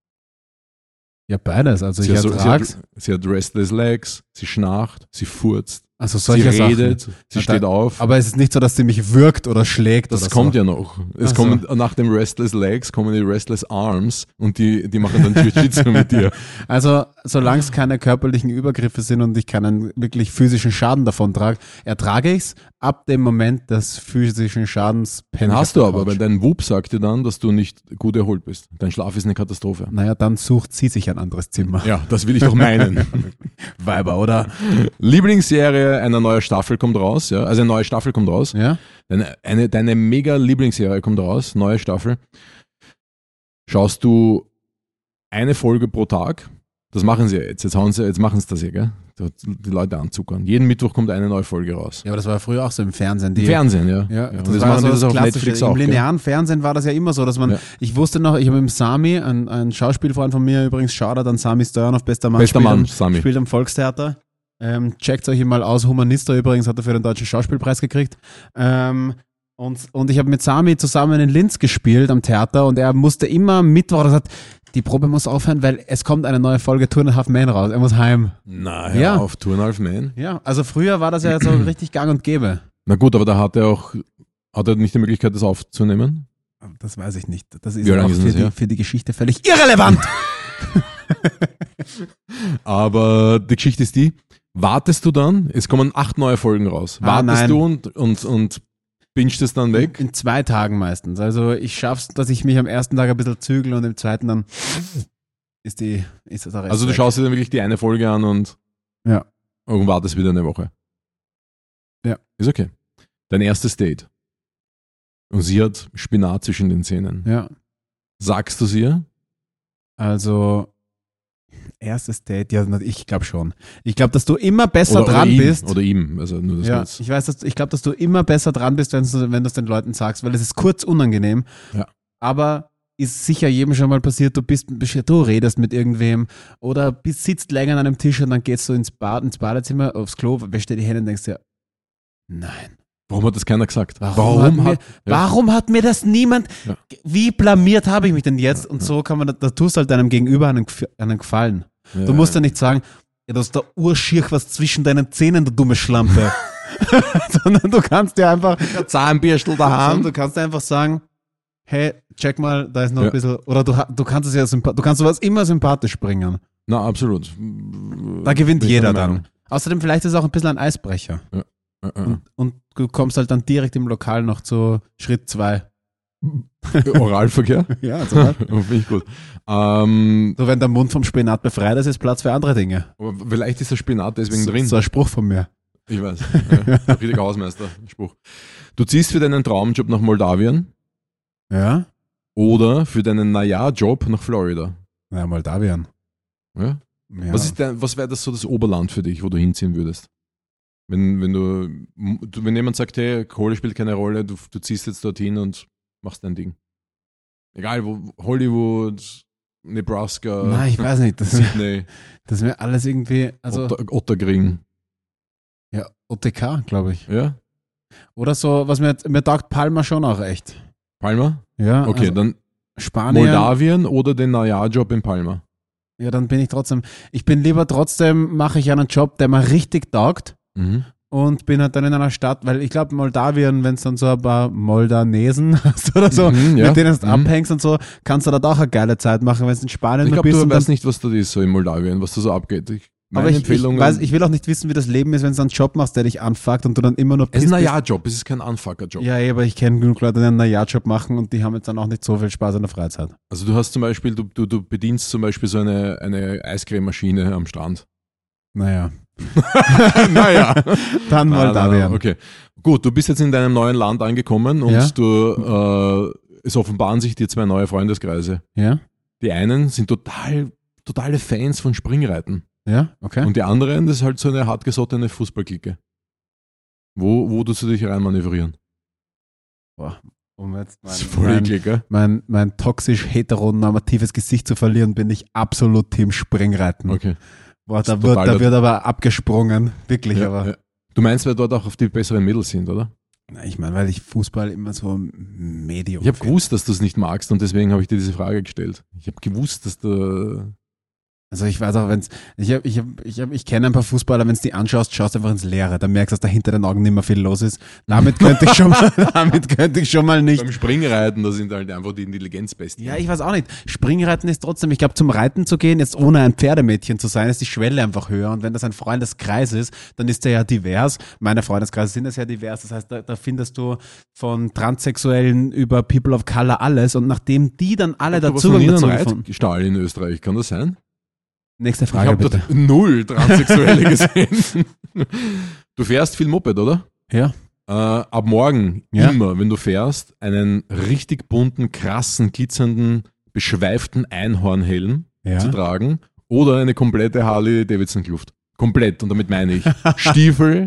Ja, beides. Also ich ertrag's. Sie hat restless legs, sie schnarcht, sie furzt, also solche sie redet, Sachen. sie steht auf. Aber es ist nicht so, dass sie mich würgt oder schlägt. Das oder kommt so. Ja noch. Nach dem restless legs kommen die restless arms und die machen dann Jiu-Jitsu mit dir. Also solange es keine körperlichen Übergriffe sind und ich keinen wirklich physischen Schaden davon trage, ertrage ich es. Ab dem Moment des physischen Schadens Den hast du aber, weil dein Wub sagt dir dann, dass du nicht gut erholt bist. Dein Schlaf ist eine Katastrophe. Naja, dann sucht sie sich ein anderes Zimmer. Ja, das will ich doch meinen. Weiber, oder? Lieblingsserie einer neuen Staffel kommt raus. Ja? Also eine neue Staffel kommt raus. Ja? Deine mega Lieblingsserie kommt raus, neue Staffel. Schaust du eine Folge pro Tag? Das machen sie ja jetzt. Jetzt machen sie das ja, gell? Die Leute anzuckern. Jeden Mittwoch kommt eine neue Folge raus. Ja, aber das war ja früher auch so im Fernsehen. Im Fernsehen, ja. Und das machen so das auf Klassische. Netflix auch. Im linearen Fernsehen war das ja immer so, dass man, ich wusste noch, ich habe mit Sami, ein Schauspielfreund von mir übrigens, Shoutout an Sami Stojanov, bester Mann, Sami. Spielt am Volkstheater. Checkt euch mal aus. Humanista übrigens hat er für den Deutschen Schauspielpreis gekriegt. Und ich habe mit Sami zusammen in Linz gespielt am Theater und er musste immer Mittwoch gesagt, die Probe muss aufhören, weil es kommt eine neue Folge Two and a Half Men raus. Er muss heim. Na, hör auf, Two and a Half Men. Ja, also früher war das ja so richtig gang und gäbe. Na gut, aber da hat er nicht die Möglichkeit, das aufzunehmen? Das weiß ich nicht. Das ist ja auch für die Geschichte völlig irrelevant. Aber die Geschichte ist die, wartest du dann, es kommen 8 neue Folgen raus, wartest du und bingst es dann weg? In 2 Tagen meistens. Also ich schaff's, dass ich mich am ersten Tag ein bisschen zügle und im zweiten dann ist das Rest Also du schaust dir dann wirklich die eine Folge an und wartest wieder eine Woche. Ja. Ist okay. Dein erstes Date. Und sie hat Spinat zwischen den Zähnen. Ja. Sagst du es ihr? Also erstes Date, ja, ich glaube schon. Ich glaube, dass du immer besser dran bist. Oder ihm, also nur das ich glaube, dass du immer besser dran bist, wenn du es den Leuten sagst, weil es ist kurz unangenehm. Ja. Aber ist sicher jedem schon mal passiert, du redest mit irgendwem oder sitzt länger an einem Tisch und dann gehst du ins Badezimmer, aufs Klo, wäschst dir die Hände und denkst dir, nein. Warum hat das keiner gesagt? Warum hat mir das niemand? Ja. Wie blamiert habe ich mich denn jetzt? Und so kann man, da tust du halt deinem Gegenüber einen Gefallen. Ja, du musst ja nicht sagen, ja, das ist der Urschier was zwischen deinen Zähnen, du dumme Schlampe. Sondern du kannst dir einfach Zahnbürstel daheim. Du kannst einfach sagen, hey, check mal, da ist noch ein bisschen, oder du kannst es ja du kannst sowas immer sympathisch bringen. Na, absolut. Da gewinnt jeder dann. Außerdem vielleicht ist es auch ein bisschen ein Eisbrecher. Ja. Und du kommst halt dann direkt im Lokal noch zu Schritt 2. Oralverkehr? Ja, zum Beispiel. Finde ich gut. So, wenn der Mund vom Spinat befreit ist, ist Platz für andere Dinge. Aber vielleicht ist der Spinat deswegen drin. So ein Spruch von mir. Ich weiß. Ja, richtiger Hausmeister-Spruch. Du ziehst für deinen Traumjob nach Moldawien Ja? oder für deinen Job nach Florida. Ja, Moldawien. Ja? Ja. Was wäre das so das Oberland für dich, wo du hinziehen würdest? Wenn jemand sagt, hey, Kohle spielt keine Rolle, du ziehst jetzt dorthin und machst dein Ding. Egal wo, Hollywood, Nebraska, Nein, ich weiß nicht. Sydney, Das ist mir alles irgendwie, also, Otterkring. ja, OTK, glaube ich. Ja? Oder so, was mir taugt Palma schon auch echt. Palma? Ja, Okay, also dann Spanien. Moldawien oder den Job in Palma? Ja, dann bin ich trotzdem, mache ich einen Job, der mir richtig taugt Mhm. und bin halt dann in einer Stadt, weil ich glaube Moldawien, wenn es dann so ein paar Moldanesen hast oder so, Mhm, ja. mit denen du Mhm. abhängst und so, kannst du dort auch eine geile Zeit machen, wenn es in Spanien Ich nur glaube, bist. du und weißt dann, nicht, was das ist so in Moldawien, was da so abgeht. aber Meine ich Empfehlung. will auch nicht wissen, wie das Leben ist, wenn du einen Job machst, der dich anfuckt und du dann immer nur es ist pisst ein bist. Ja-Job, es ist kein Unfucker-Job. Ja, aber ich kenne genug Leute, die einen Ja-Job machen und die haben jetzt dann auch nicht so viel Spaß in der Freizeit. Also du hast zum Beispiel, du bedienst zum Beispiel so eine Eiscrememaschine am Strand. Naja, Naja. dann Moldawien. Okay. Gut, du bist jetzt in deinem neuen Land angekommen und Ja. es offenbaren sich dir zwei neue Freundeskreise. Ja? Die einen sind totale Fans von Springreiten. Ja? Okay. Und die anderen, das ist halt so eine hartgesottene Fußballklicke. Wo tust du dich reinmanövrieren? Boah, um jetzt Das ist voll eklig, gell? mein toxisch heteronormatives Gesicht zu verlieren, bin ich absolut Team Springreiten. Okay. Boah, Das da ist wird, total da wird aber abgesprungen. Wirklich, Ja, aber. ja. Du meinst, weil dort auch auf die besseren Mädels sind, oder? Na, ich meine, weil ich Fußball immer so Medium Ich habe finde. gewusst, dass du es nicht magst und deswegen habe ich dir diese Frage gestellt. Ich habe gewusst, dass du. Also ich weiß auch, wenn's, ich kenne ein paar Fußballer, wenn du die anschaust, schaust einfach ins Leere. Dann merkst du, dass da hinter den Augen nicht mehr viel los ist. Damit könnte ich schon mal nicht. Beim Springreiten, da sind halt einfach die Intelligenzbestien. Ja, ich weiß auch nicht. Springreiten ist trotzdem, ich glaube, zum Reiten zu gehen, jetzt ohne ein Pferdemädchen zu sein, ist die Schwelle einfach höher. Und wenn das ein Freundeskreis ist, dann ist der ja divers. Meine Freundeskreise sind ja sehr divers. Das heißt, da findest du von Transsexuellen über People of Color alles. Und nachdem die dann alle Du warst dazu noch nie in dazu einem gefunden. Reitstall in Österreich, kann das sein? Nächste Ich Frage habe bitte. dort 0 Transsexuelle gesehen. Du fährst viel Moped, oder? Ja. Ab morgen, Ja. immer, wenn du fährst, einen richtig bunten, krassen, glitzernden, beschweiften Einhornhelm Ja. zu tragen oder eine komplette Harley-Davidson-Kluft. Komplett, und damit meine ich Stiefel,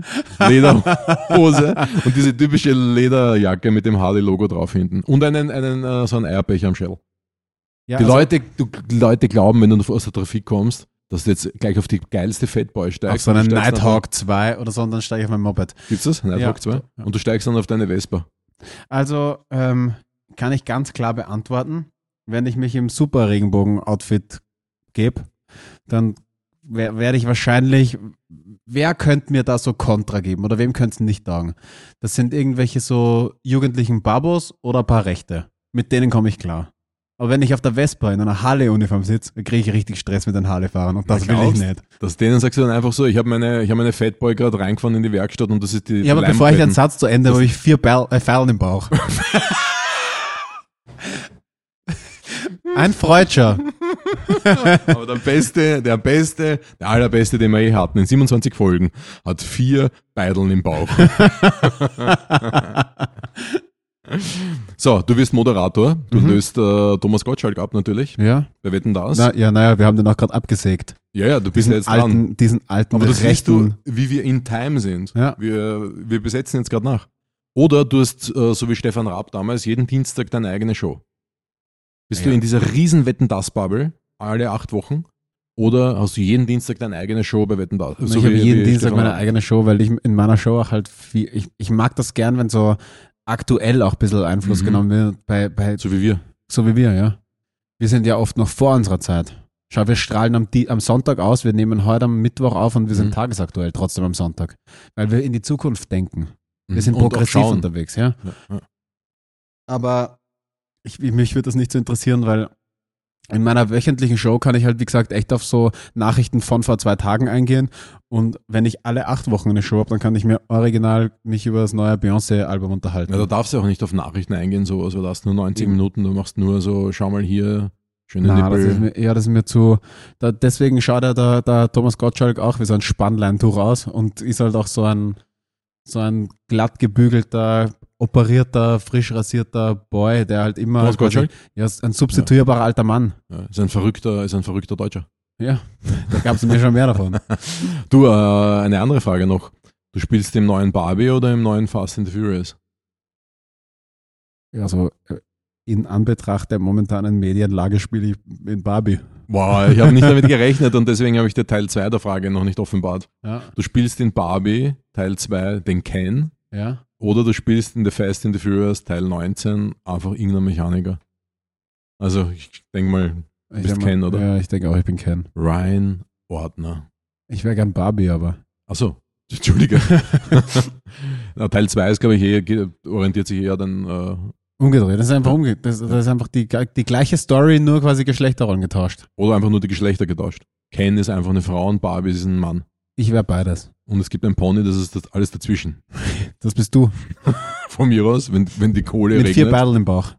Lederhose und diese typische Lederjacke mit dem Harley-Logo drauf hinten. Und so einen Eierbecher am Schädel. Ja, Die also Leute glauben, wenn du aus der Trafik kommst, dass du jetzt gleich auf die geilste Fatboy steigst. auf so und du einen steigst Nighthawk 2 oder so, und dann steige ich auf mein Moped. Gibt's das? Nighthawk Ja. 2? Ja. Und du steigst dann auf deine Vespa. Also kann ich ganz klar beantworten, wenn ich mich im Super-Regenbogen-Outfit gebe, dann werde ich wahrscheinlich, wer könnte mir da so Kontra geben oder wem könnte es nicht sagen? Das sind irgendwelche so jugendlichen Babos oder ein paar Rechte. Mit denen komme ich klar. Aber wenn ich auf der Vespa in einer Harley-Uniform sitze, kriege ich richtig Stress mit den Harley-Fahrern und das Na, will ich glaubst? nicht. Denen sagst du dann einfach so, ich habe meine Fatboy gerade reingefahren in die Werkstatt und das ist die Ja, aber bevor ich den Satz zu Ende, Das- habe ich 4 Perlen im Bauch. Ein Freudscher. Aber der allerbeste, den wir je hatten, in 27 Folgen, hat 4 Beideln im Bauch. So, du wirst Moderator, du löst Thomas Gottschalk ab natürlich. Ja. Wer wetten das? Naja, wir haben den auch gerade abgesägt. Ja, du bist ja jetzt dran. Diesen alten Aber das siehst du, rechten. wie wir in Time sind. Ja. Wir besetzen jetzt gerade nach. Oder du hast, so wie Stefan Raab damals, jeden Dienstag deine eigene Show. Bist du Ja. in dieser riesen Wetten-Das-Bubble alle 8 Wochen? Oder hast du jeden Dienstag deine eigene Show bei Wetten Das? Ich habe jeden Dienstag meine eigene Show, weil ich in meiner Show auch halt viel, ich mag das gern, wenn so aktuell auch ein bisschen Einfluss Mhm. genommen wird, bei So wie wir. so wie wir, ja. Wir sind ja oft noch vor unserer Zeit. Schau, wir strahlen am Sonntag aus, wir nehmen heute am Mittwoch auf und wir sind Mhm. tagesaktuell trotzdem am Sonntag. Weil wir in die Zukunft denken. Wir sind Und auch progressiv schauen. unterwegs, ja. Ja, ja. Aber mich würde das nicht so interessieren, weil In meiner wöchentlichen Show kann ich halt, wie gesagt, echt auf so Nachrichten von vor 2 Tagen eingehen. Und wenn ich alle 8 Wochen eine Show habe, dann kann ich mir original mich über das neue Beyoncé-Album unterhalten. Ja, da darfst du auch nicht auf Nachrichten eingehen, so. Also, du hast nur 90 Minuten, du machst nur so, schau mal hier, schöne Na, das Nippel. ist mir zu. Deswegen schaut ja der Thomas Gottschalk auch wie so ein Spannleintuch aus und ist halt auch so ein glatt gebügelter, operierter, frisch rasierter Boy, der halt immer. Thomas Gottschalk? Ja, ist ein substituierbarer alter Mann. Ja, ist ein verrückter Deutscher. Ja, da gab es mir schon mehr davon. Du, eine andere Frage noch. Du spielst im neuen Barbie oder im neuen Fast and the Furious? Also in Anbetracht der momentanen Medienlage spiele ich in Barbie. Boah, ich habe nicht damit gerechnet und deswegen habe ich dir Teil 2 der Frage noch nicht offenbart. Ja. Du spielst in Barbie Teil 2 den Ken Ja. oder du spielst in The Fast and the Furious Teil 19 einfach irgendein Mechaniker. Also ich denke mal, du bist Ken, oder? Ja, ich denke auch, ich bin Ken. Ryan Ordner. Ich wäre gern Barbie, aber. Achso, Entschuldige. Na, Teil 2 ist, glaube ich, orientiert sich eher dann Umgedreht. Das ist einfach das ist einfach die gleiche Story, nur quasi Geschlechterrollen getauscht. oder einfach nur die Geschlechter getauscht. Ken ist einfach eine Frau und Barbie ist ein Mann. Ich wäre beides. Und es gibt ein Pony, das ist das alles dazwischen. Das bist du. Von mir aus, wenn die Kohle Mit 4 regnet. Battle im Bauch.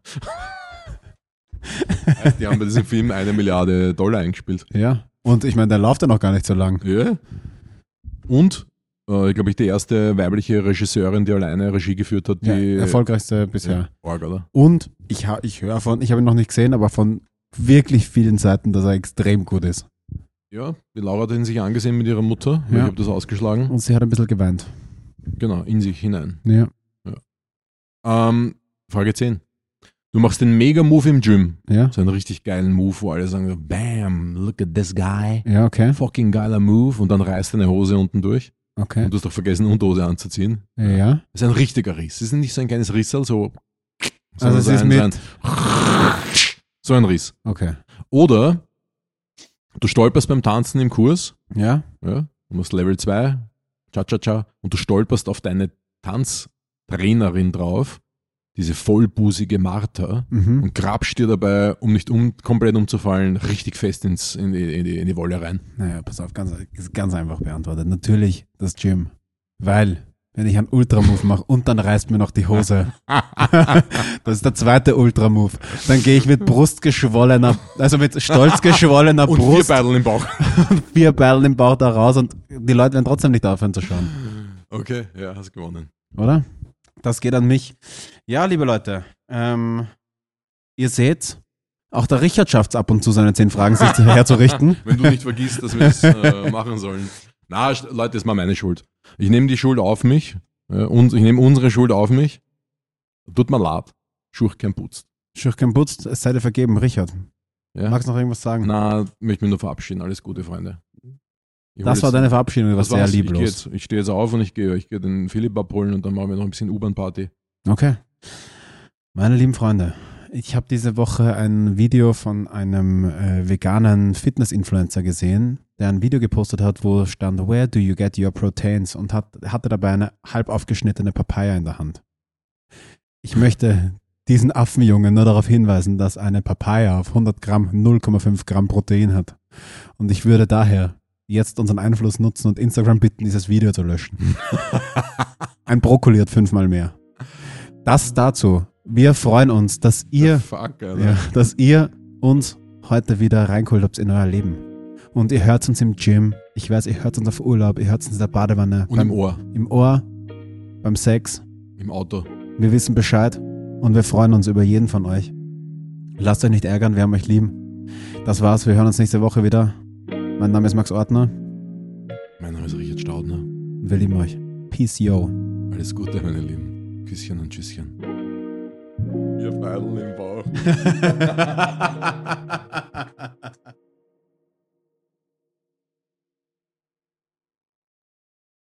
Die haben bei diesem Film $1 Milliarde eingespielt. Ja. Und ich meine, der läuft ja noch gar nicht so lang. Ja. Und, glaube ich, die erste weibliche Regisseurin, die alleine Regie geführt hat. Die Erfolgreichste bisher. Ja, arg, oder? Und ich höre ich habe ihn noch nicht gesehen, aber von wirklich vielen Seiten, dass er extrem gut ist. Ja, die Laura hat ihn sich angesehen mit ihrer Mutter. Ja. Ich habe das ausgeschlagen. Und sie hat ein bisschen geweint. Genau, in sich hinein. Ja. Frage 10. Du machst den Mega-Move im Gym. Ja. So einen richtig geilen Move, wo alle sagen, bam, look at this guy. Ja, okay. Fucking geiler Move. Und dann reißt deine Hose unten durch. Okay. Und du hast doch vergessen, Unterhose anzuziehen. Ja. Das ist ein richtiger Riss. Das ist nicht so ein kleines Rissal, so. Also es ist mit. So ein Riss. Okay. Oder du stolperst beim Tanzen im Kurs. Ja. Ja, du machst Level 2. Cha-cha-cha. Und du stolperst auf deine Tanztrainerin drauf. Diese vollbusige Martha. Mhm. Und grabst dir dabei, um nicht komplett umzufallen, richtig fest in die Wolle rein. Naja, pass auf, ganz einfach beantwortet. Natürlich das Gym. Weil, wenn ich einen Ultramove mache und dann reißt mir noch die Hose. Das ist der zweite Ultramove. Dann gehe ich mit mit stolz geschwollener Und Brust 4 Beidel im Bauch. und 4 Ballen im Bauch da raus und die Leute werden trotzdem nicht aufhören zu schauen. Okay, ja, hast gewonnen. Oder? Das geht an mich. Ja, liebe Leute, ihr seht, auch der Richard schafft es ab und zu, seine 10 Fragen sich herzurichten. Wenn du nicht vergisst, dass wir das machen sollen. Na, Leute, das ist mal meine Schuld. Ich nehme die Schuld auf mich und ich nehme unsere Schuld auf mich. Tut mir leid. Schurch putzt. Schürchen putzt, es sei dir vergeben. Richard, Ja? magst du noch irgendwas sagen? Na, möchte mich nur verabschieden. Alles Gute, Freunde. Das war deine Verabschiedung, du warst sehr lieblos. Ich stehe jetzt auf und ich gehe den Philipp abholen und dann machen wir noch ein bisschen U-Bahn-Party. Okay. Meine lieben Freunde, ich habe diese Woche ein Video von einem veganen Fitness-Influencer gesehen, der ein Video gepostet hat, wo stand, "Where do you get your proteins?" und hatte dabei eine halb aufgeschnittene Papaya in der Hand. Ich möchte diesen Affenjungen nur darauf hinweisen, dass eine Papaya auf 100 Gramm 0,5 Gramm Protein hat. Und ich würde daher jetzt unseren Einfluss nutzen und Instagram bitten, dieses Video zu löschen. Ein Brokkoli hat 5-mal mehr. Das dazu. Wir freuen uns, dass ihr uns heute wieder reingeholt habt in euer Leben. Und ihr hört uns im Gym. Ich weiß, ihr hört uns auf Urlaub, ihr hört uns in der Badewanne. Und im Ohr. Im Ohr, beim Sex. Im Auto. Wir wissen Bescheid und wir freuen uns über jeden von euch. Lasst euch nicht ärgern, wir haben euch lieben. Das war's, wir hören uns nächste Woche wieder. Mein Name ist Max Ortner. Mein Name ist Richard Staudner. Und wir lieben euch. Peace, yo. Alles Gute, meine Lieben. Küsschen und Tschüsschen. Ihr Beidel im Bauch.